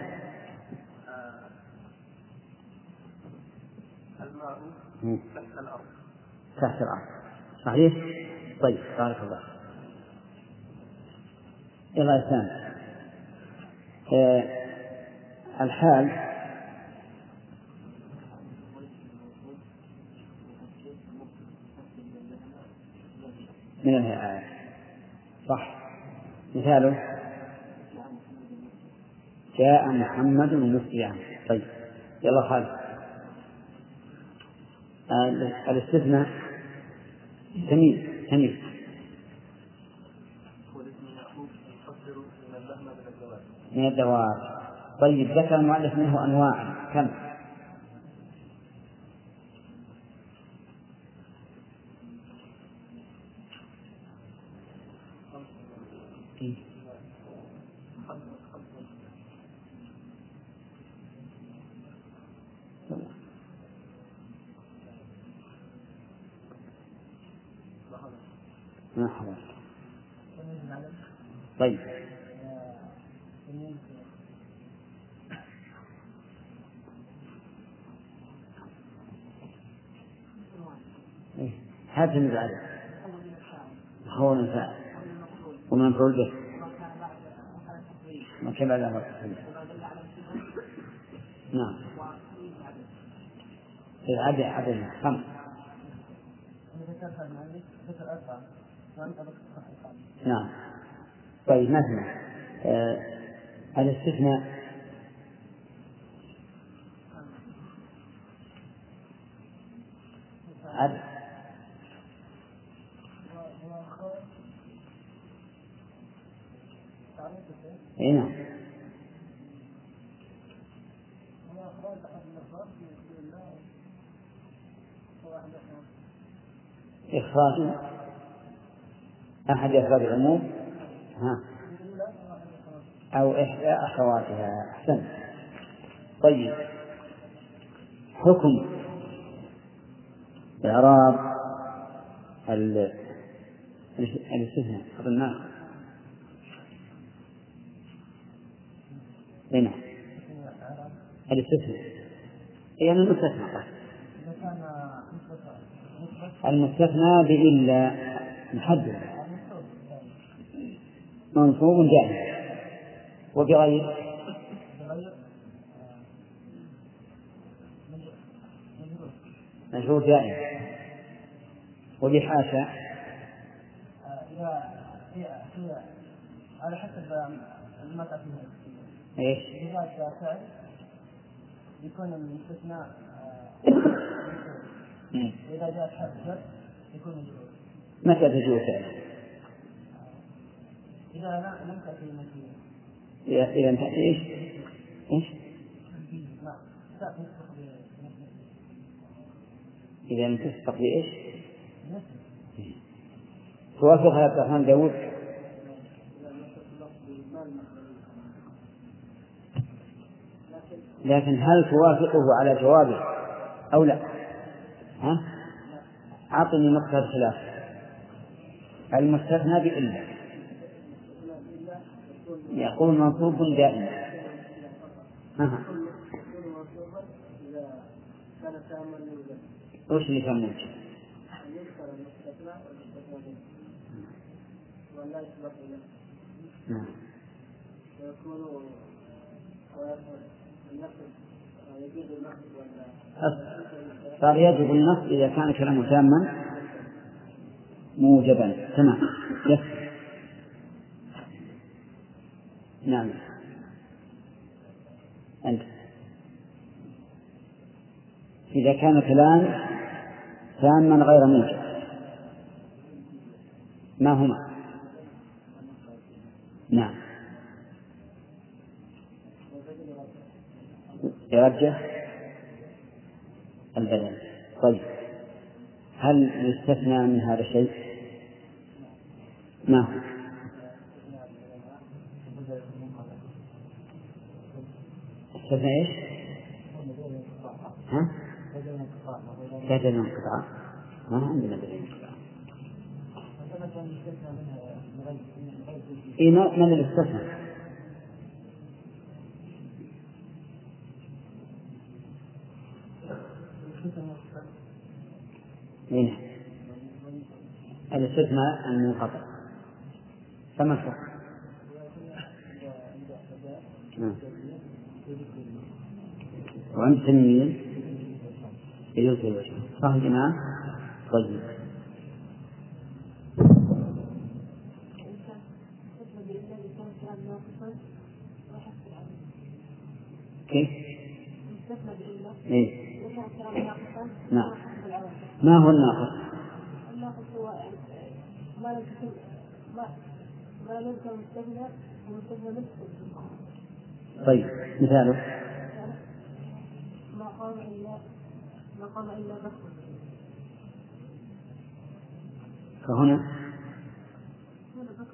S3: الماء تحت الأرض. تحت الأرض. صحيح. طيب بارك الله. يلا يا سامي. آه الحال من الهيئات. صح. مثاله جاء محمد مسرعا. طيب يلا خالد. آه الاستثناء تمييز تمييز. من الدواب. طيب ذكر المؤلف منه أنواع كم؟ ما حضر. طيب هذا المزعج هو نفع ومن فعل به ما كما لا مرة. نعم. عدد عدد خمس. نعم. طيب مثلا آه الاستثناء عدد اي نعم. إخراج أحد أفراد العموم ها أو إحدى أخواتها. أحسن. طيب حكم إعراب الاستثناء قلنا هنا الاستثناء يعني المستثنى المستثنى بإلا محدد منصوب جائز وبغير مجرور جائز وبحاشا
S4: على حسب المتى فيها
S3: ايش؟
S4: إذا فعل يكون الاستثناء إذا جاء حرف جر يكون مجرور.
S3: متى تجوز فعل؟
S4: إذا لم تأتي نتيجة.
S3: إذا لم تأتي إيش؟ إيش؟
S4: لا تأتي
S3: إذا لم تسبق بإيش؟ توافق يا عبد الرحمن داود؟ لكن هل توافقه على جوابه أو لا؟ ها؟ أعطني نقطة الخلاف. المستثنى بإلا يقول منصوب دائما. ها وش اللي كان موجود؟ نعم. صار يجب النص إذا كان كلامه تاما موجبا. تمام. يس. نعم. أنت إذا كان كلام تاما غير موجب ما هما؟ نعم. يرجح البدن. طيب هل يستثنى من هذا الشيء؟ ما هو؟ استثنى ايش؟ ها؟ بدل انقطاع. ما عندنا بدل انقطاع. إيه من الاستثناء؟ إيه الاستثناء المنقطع. فما الفرق؟ وعند تنوين يجوز الوجه. صح يا جماعة؟ طيب كيف؟ إيه؟ نعم. ما هو الناقص؟
S8: الناقص هو ما لم تكن ما ما لم يكن مستثنى ومستثنى نفسه.
S3: طيب مثاله؟
S8: ما قام إلا ما قام إلا بكر.
S3: فهنا
S8: هنا بكر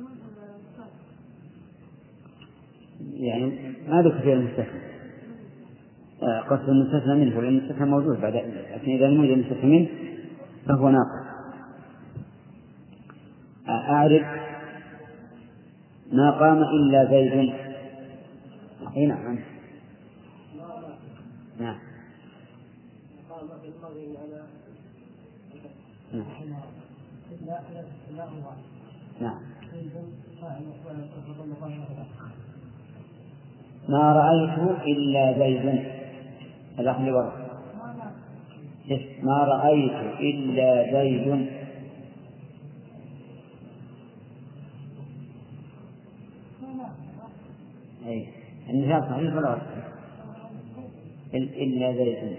S3: يعني ما ذكر فيه المستثنى. قصد المستثنى منه لأن المستثنى موجود بعد، لكن إذا لم يوجد المستثنى منه فهو ناقص. أعرف ما قام إلا زيد. أي نعم. نعم. نعم. ما رأيت إلا زيد. الأخ اللي ورا ما رأيت إلا زيد. أي النزال صحيح ولا إلا زيد؟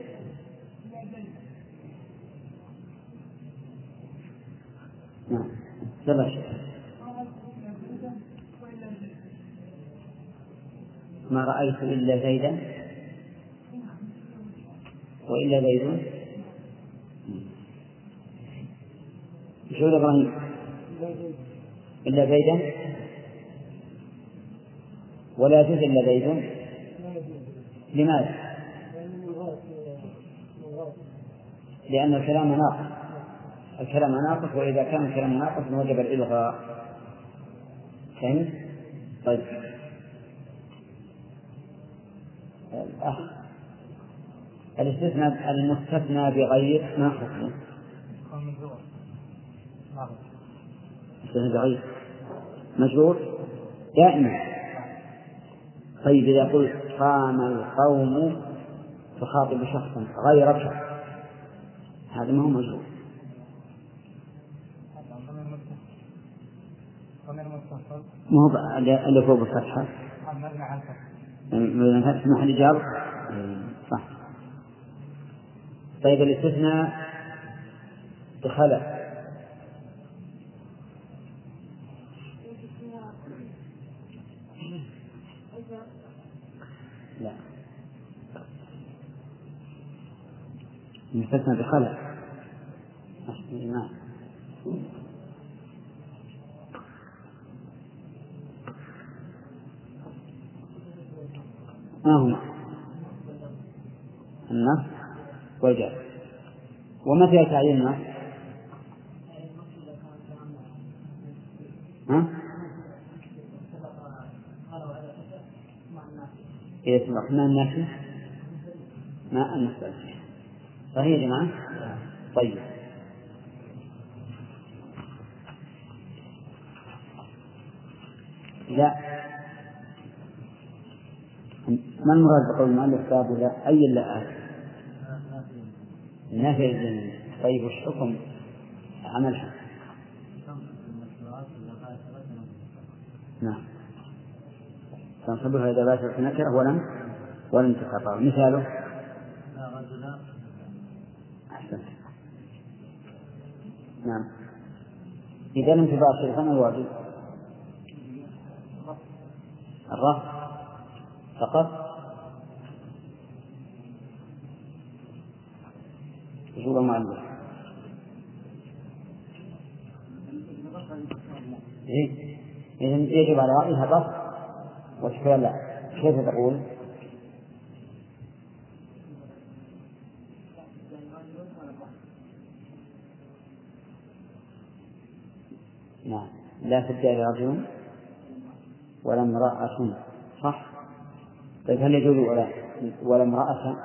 S3: نعم بلاش. ما رأيت إلا زيدا وإلا زيد. شو إبراهيم؟ إلا زيدا ولا يجوز إلا زيد. لماذا؟ لأن الكلام ناقص، الكلام ناقص، وإذا كان الكلام ناقص وجب الإلغاء. فهمت؟ طيب الأخ الاستثناء المستثنى بغير ما حكمه؟ استثناء بغير مجرور دائما. طيب إذا قلت قام القوم تخاطب شخصا غيرك، هذا ما هو مجرور. ما هو اللي فوق الفتحة في محل جر صح. طيب الاستثناء بخلف لا، المستثنى بخلف نعم. ما هما النص والجر. ومتى يتعين النص؟ ها؟ إذا سبق ما النافي ما النص. صحيح يا جماعة؟ طيب لا، ما المراد بقول المؤلف باب لا؟ أي لا؟ نافع الجنة. طيب وش حكم عملها؟ نعم تنصبها إذا باشرت نكرة ولم ولم تقطع. مثاله أحسن. نعم إذا لم تباشر فما الواجب؟ الرفع فقط. يقول المؤلف إيه؟ إذن يجب على رأيها الرفع والشكال لا. كيف تقول؟ نعم لا تدعي رجل ولا امرأة صح. طيب هل يجوز ولا ولا امرأة؟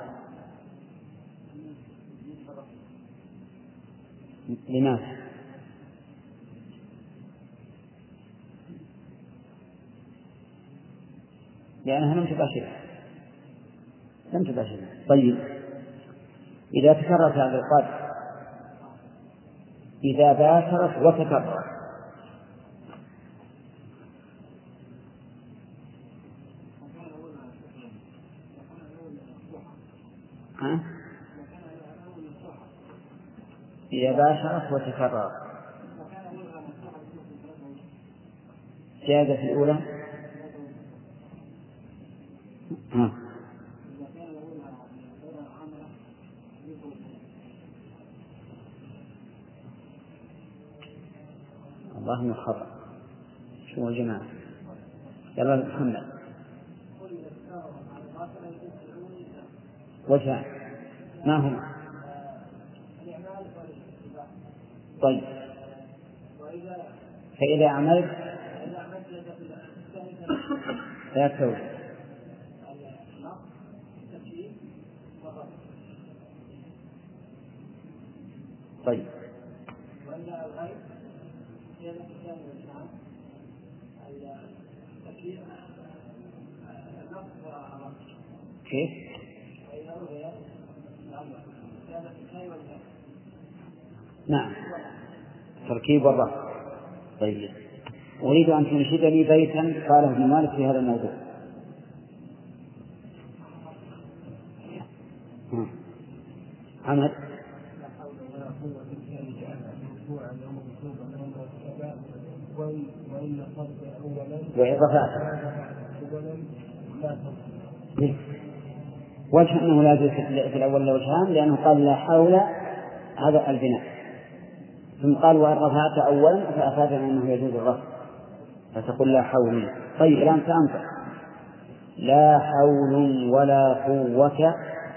S3: لماذا؟ لأنها لم تباشرها لم تباشرها. طيب إذا تكررت هذا القدر، إذا باشرت وتكررت ها؟ إذا باشرت وتكررت زيادة في الأولى ها. الله من الخطأ. شو يا جماعة؟ يلا محمد وشاء ما هما؟ طيب فإذا عملت لا تسوي. طيب كيف؟ نعم تركيب والرفع. طيب أريد أن تنشد لي بيتا قاله ابن مالك في هذا الموضوع. حمد وإضافات وجه أنه لا يجوز في الأول وجهان، لأنه قال لا حول هذا البناء، ثم قال وإن رفعت أولا فأفادنا أنه يجوز الرفع، فتقول لا حول. طيب الآن سأنطق لا حول ولا قوة،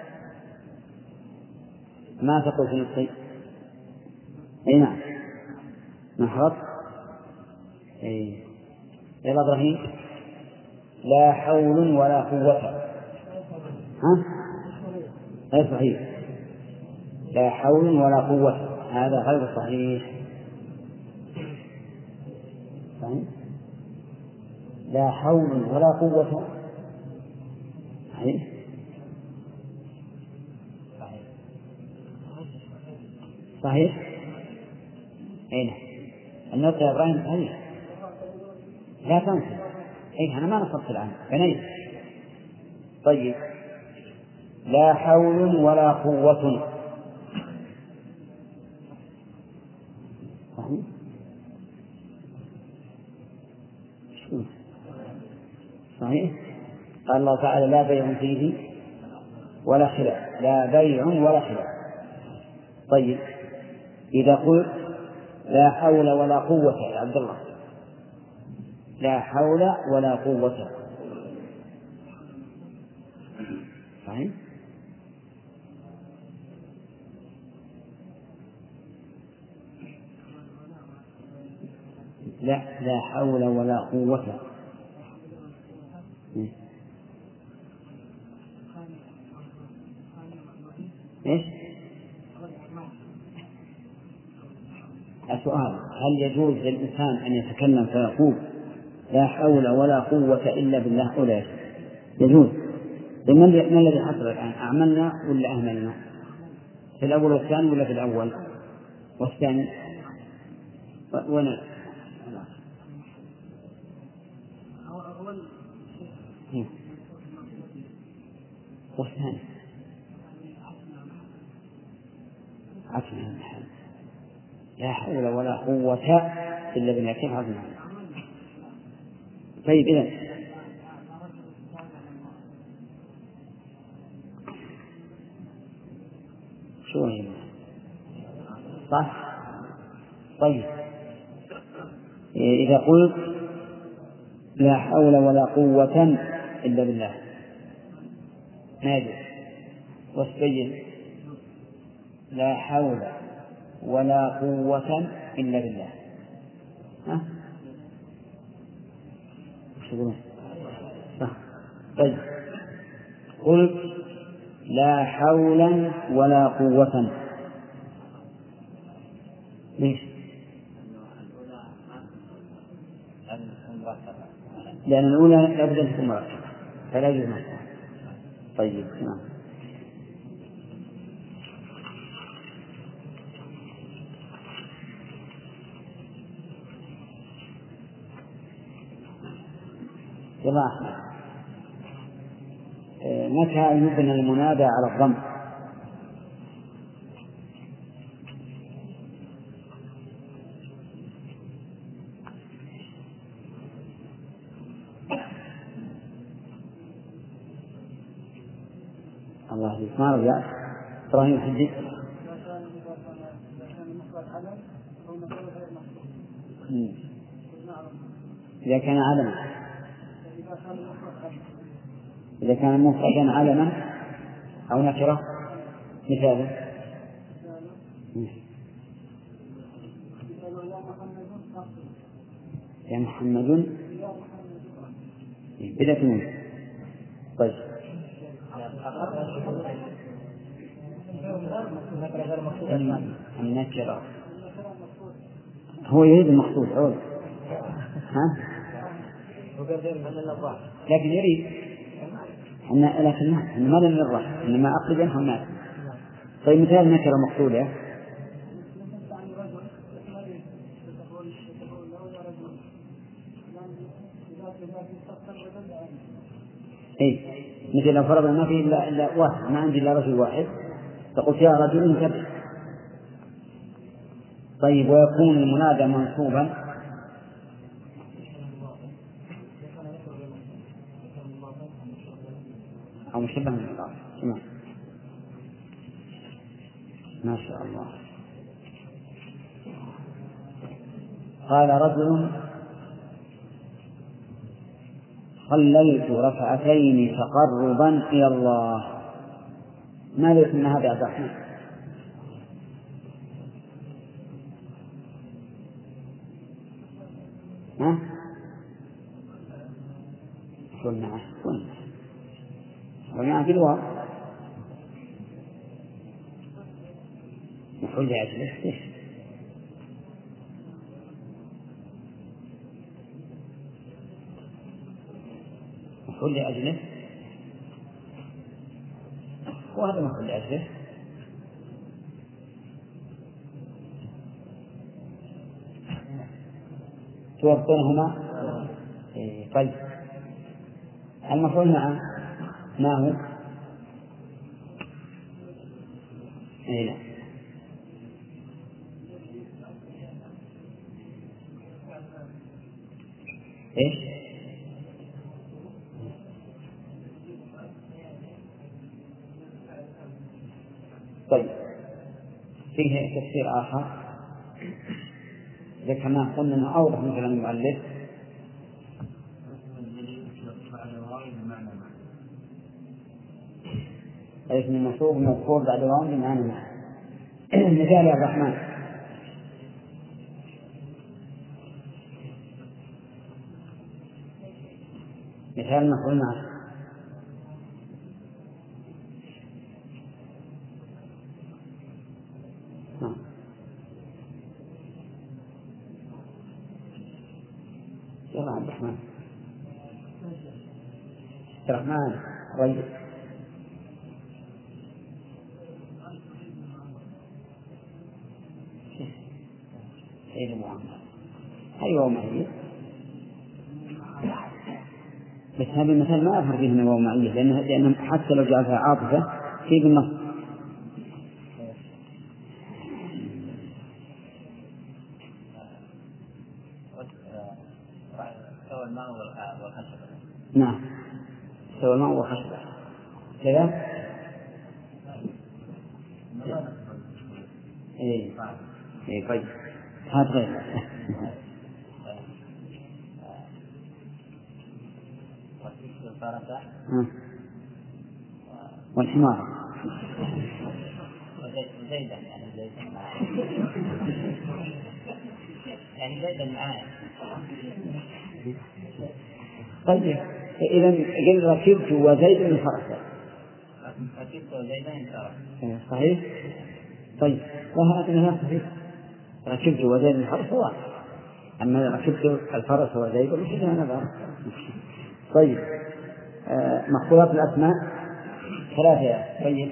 S3: ما تقول في نصي؟ أي نعم نحرف. أي يلا إبراهيم لا حول ولا قوة. ها غير صحيح، لا حول ولا قوة هذا غير صحيح. صحيح لا حول ولا قوة صحيح صحيح. أين النقطة يا إبراهيم؟ صحيح لا تنسى. أي أنا ما نصبت الآن بنيت. طيب لا حول ولا قوة صحيح صحيح. قال الله تعالى لا بيع فيه ولا خلاف، لا بيع ولا خلاف. طيب إذا قلت لا حول ولا قوة يا عبد الله، لا حول ولا قوة صحيح. لا لا حول ولا قوة إيش؟ السؤال هل يجوز للإنسان أن يتكلم فيقول لا حول ولا قوة إلا بالله أو لا يجوز؟ ما الذي حصل الآن؟ أعملنا ولا أهملنا؟ في الأول والثاني ولا في الأول والثاني؟ ولا والثاني عفوا لا حول ولا قوة إلا بالله كيف عظمنا. طيب إذن شو هي صح؟ طيب إذا قلت لا حول ولا قوة إلا بالله ماذا؟ واستجل لا حول ولا قوة إلا بالله ها؟ صح. طيب قلت لا حولا ولا قوة ليش؟ لأن الأولى لابد أن تكون مركبة فلا يجوز مركبة. طيب نعم جماعة متى يبنى المنادى على الضم؟ الله يهديك ما رجع إبراهيم حديث إذا كان علما، إذا كان مفردا علما أو نكرة مثالا يا محمد بلا تنوين. طيب النكرة هو يريد المقصود عود ها لكن يريد أن لكن ما لم يرضى إنما أقصد أنه الناس. طيب مثال نكرة مقصودة. إيه مثل لو فرضنا ما في إلا, إلا واحد، ما عندي إلا رجل واحد، فقلت يا رجل كذا. طيب ويكون المنادى منصوبا أو مشبه من الله. نعم ما شاء الله. قال رجل خللت ركعتين تقربا إلى الله. ماذا يسمى هذا يا عبد الرحمن؟ ها؟ قلنا قلنا قلنا في الواو مفعول لأجله. مفعول لأجله وهذا مفعول لأجله. توفقونهما. إيه طيب المفعول معه ما هو؟ إيه لا إيش؟ طيب فيه تفسير آخر ذكر ما قلنا أنه أوضح من كلام المؤلف. اسم المنصوب مذكور بعد واو بمعنى معنى. مثال يا الرحمن مثال مفعول معه. نعم يلا عبد الرحمن عبد الرحمن رجل سيد محمد. أيوة معي بس هذا المثال ما أظهر فيه أنه معي لأنه لأنه حتى لو جعلها عاطفة في بالنص. نعم سوى الماء والخشبة كذا. إيه إيه طيب هذا غير والحمار
S5: زيدا يعني زيدا يعني زيدا معايا.
S3: طيب إذا قل ركبت وزيد انصرف.
S5: ركبت وزيد انصرف
S3: صحيح. طيب وهذا صحيح ركبت وزيد انصرف واحد، أما ركبت الفرس وزيد مش هذا. طيب آه مخطوطات الأسماء ثلاثة. طيب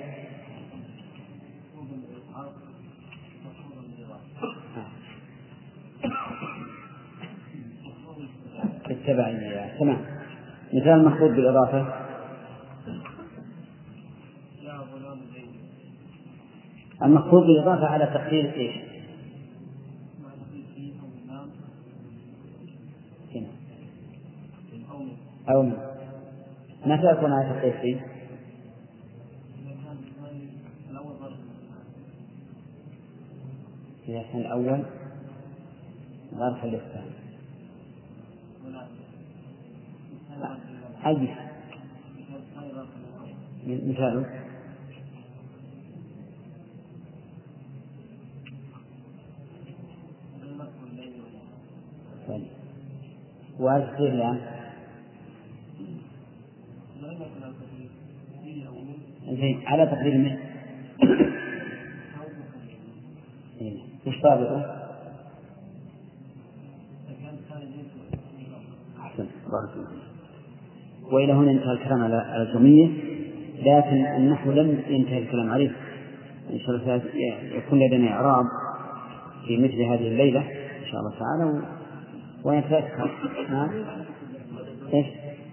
S3: التبعية تمام. مثال مخطوط بالإضافة المخطوط بالإضافة على تقدير إيش؟ أو من متى يكون على تقدير فيه؟ إذا كان الأول ظرف الاستفهام. أي مثال وأذكر الآن على تقدير من وش طابقه؟ أحسن بارك الله. وإلى هنا انتهى الكلام على الجميع، لكن النحو لم ينتهي الكلام عليه إن شاء الله يكون لدينا إعراب في مثل هذه الليلة إن شاء الله تعالى ويتذكر. ها؟ إيش؟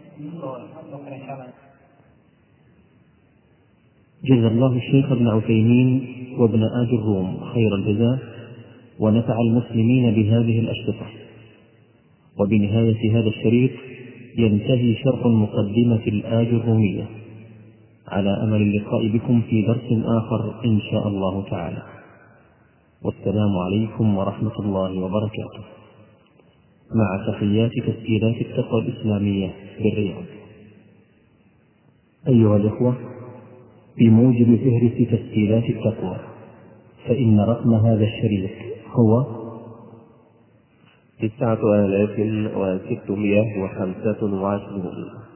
S1: جزا الله الشيخ ابن عثيمين وابن آج الروم خير الجزاء، ونفع المسلمين بهذه الأشرطة. وبنهاية هذا الشريط ينتهي شرح مقدمة الآج الرومية، على أمل اللقاء بكم في درس آخر إن شاء الله تعالى. والسلام عليكم ورحمة الله وبركاته، مع تحيات تسجيلات التقوى الإسلامية بالرياض. أيها الإخوة، بموجب فهرس تسجيلات التقوى، فإن رقم هذا الشريط هو
S2: تسعة آلاف وستمائة وخمسة وعشرون.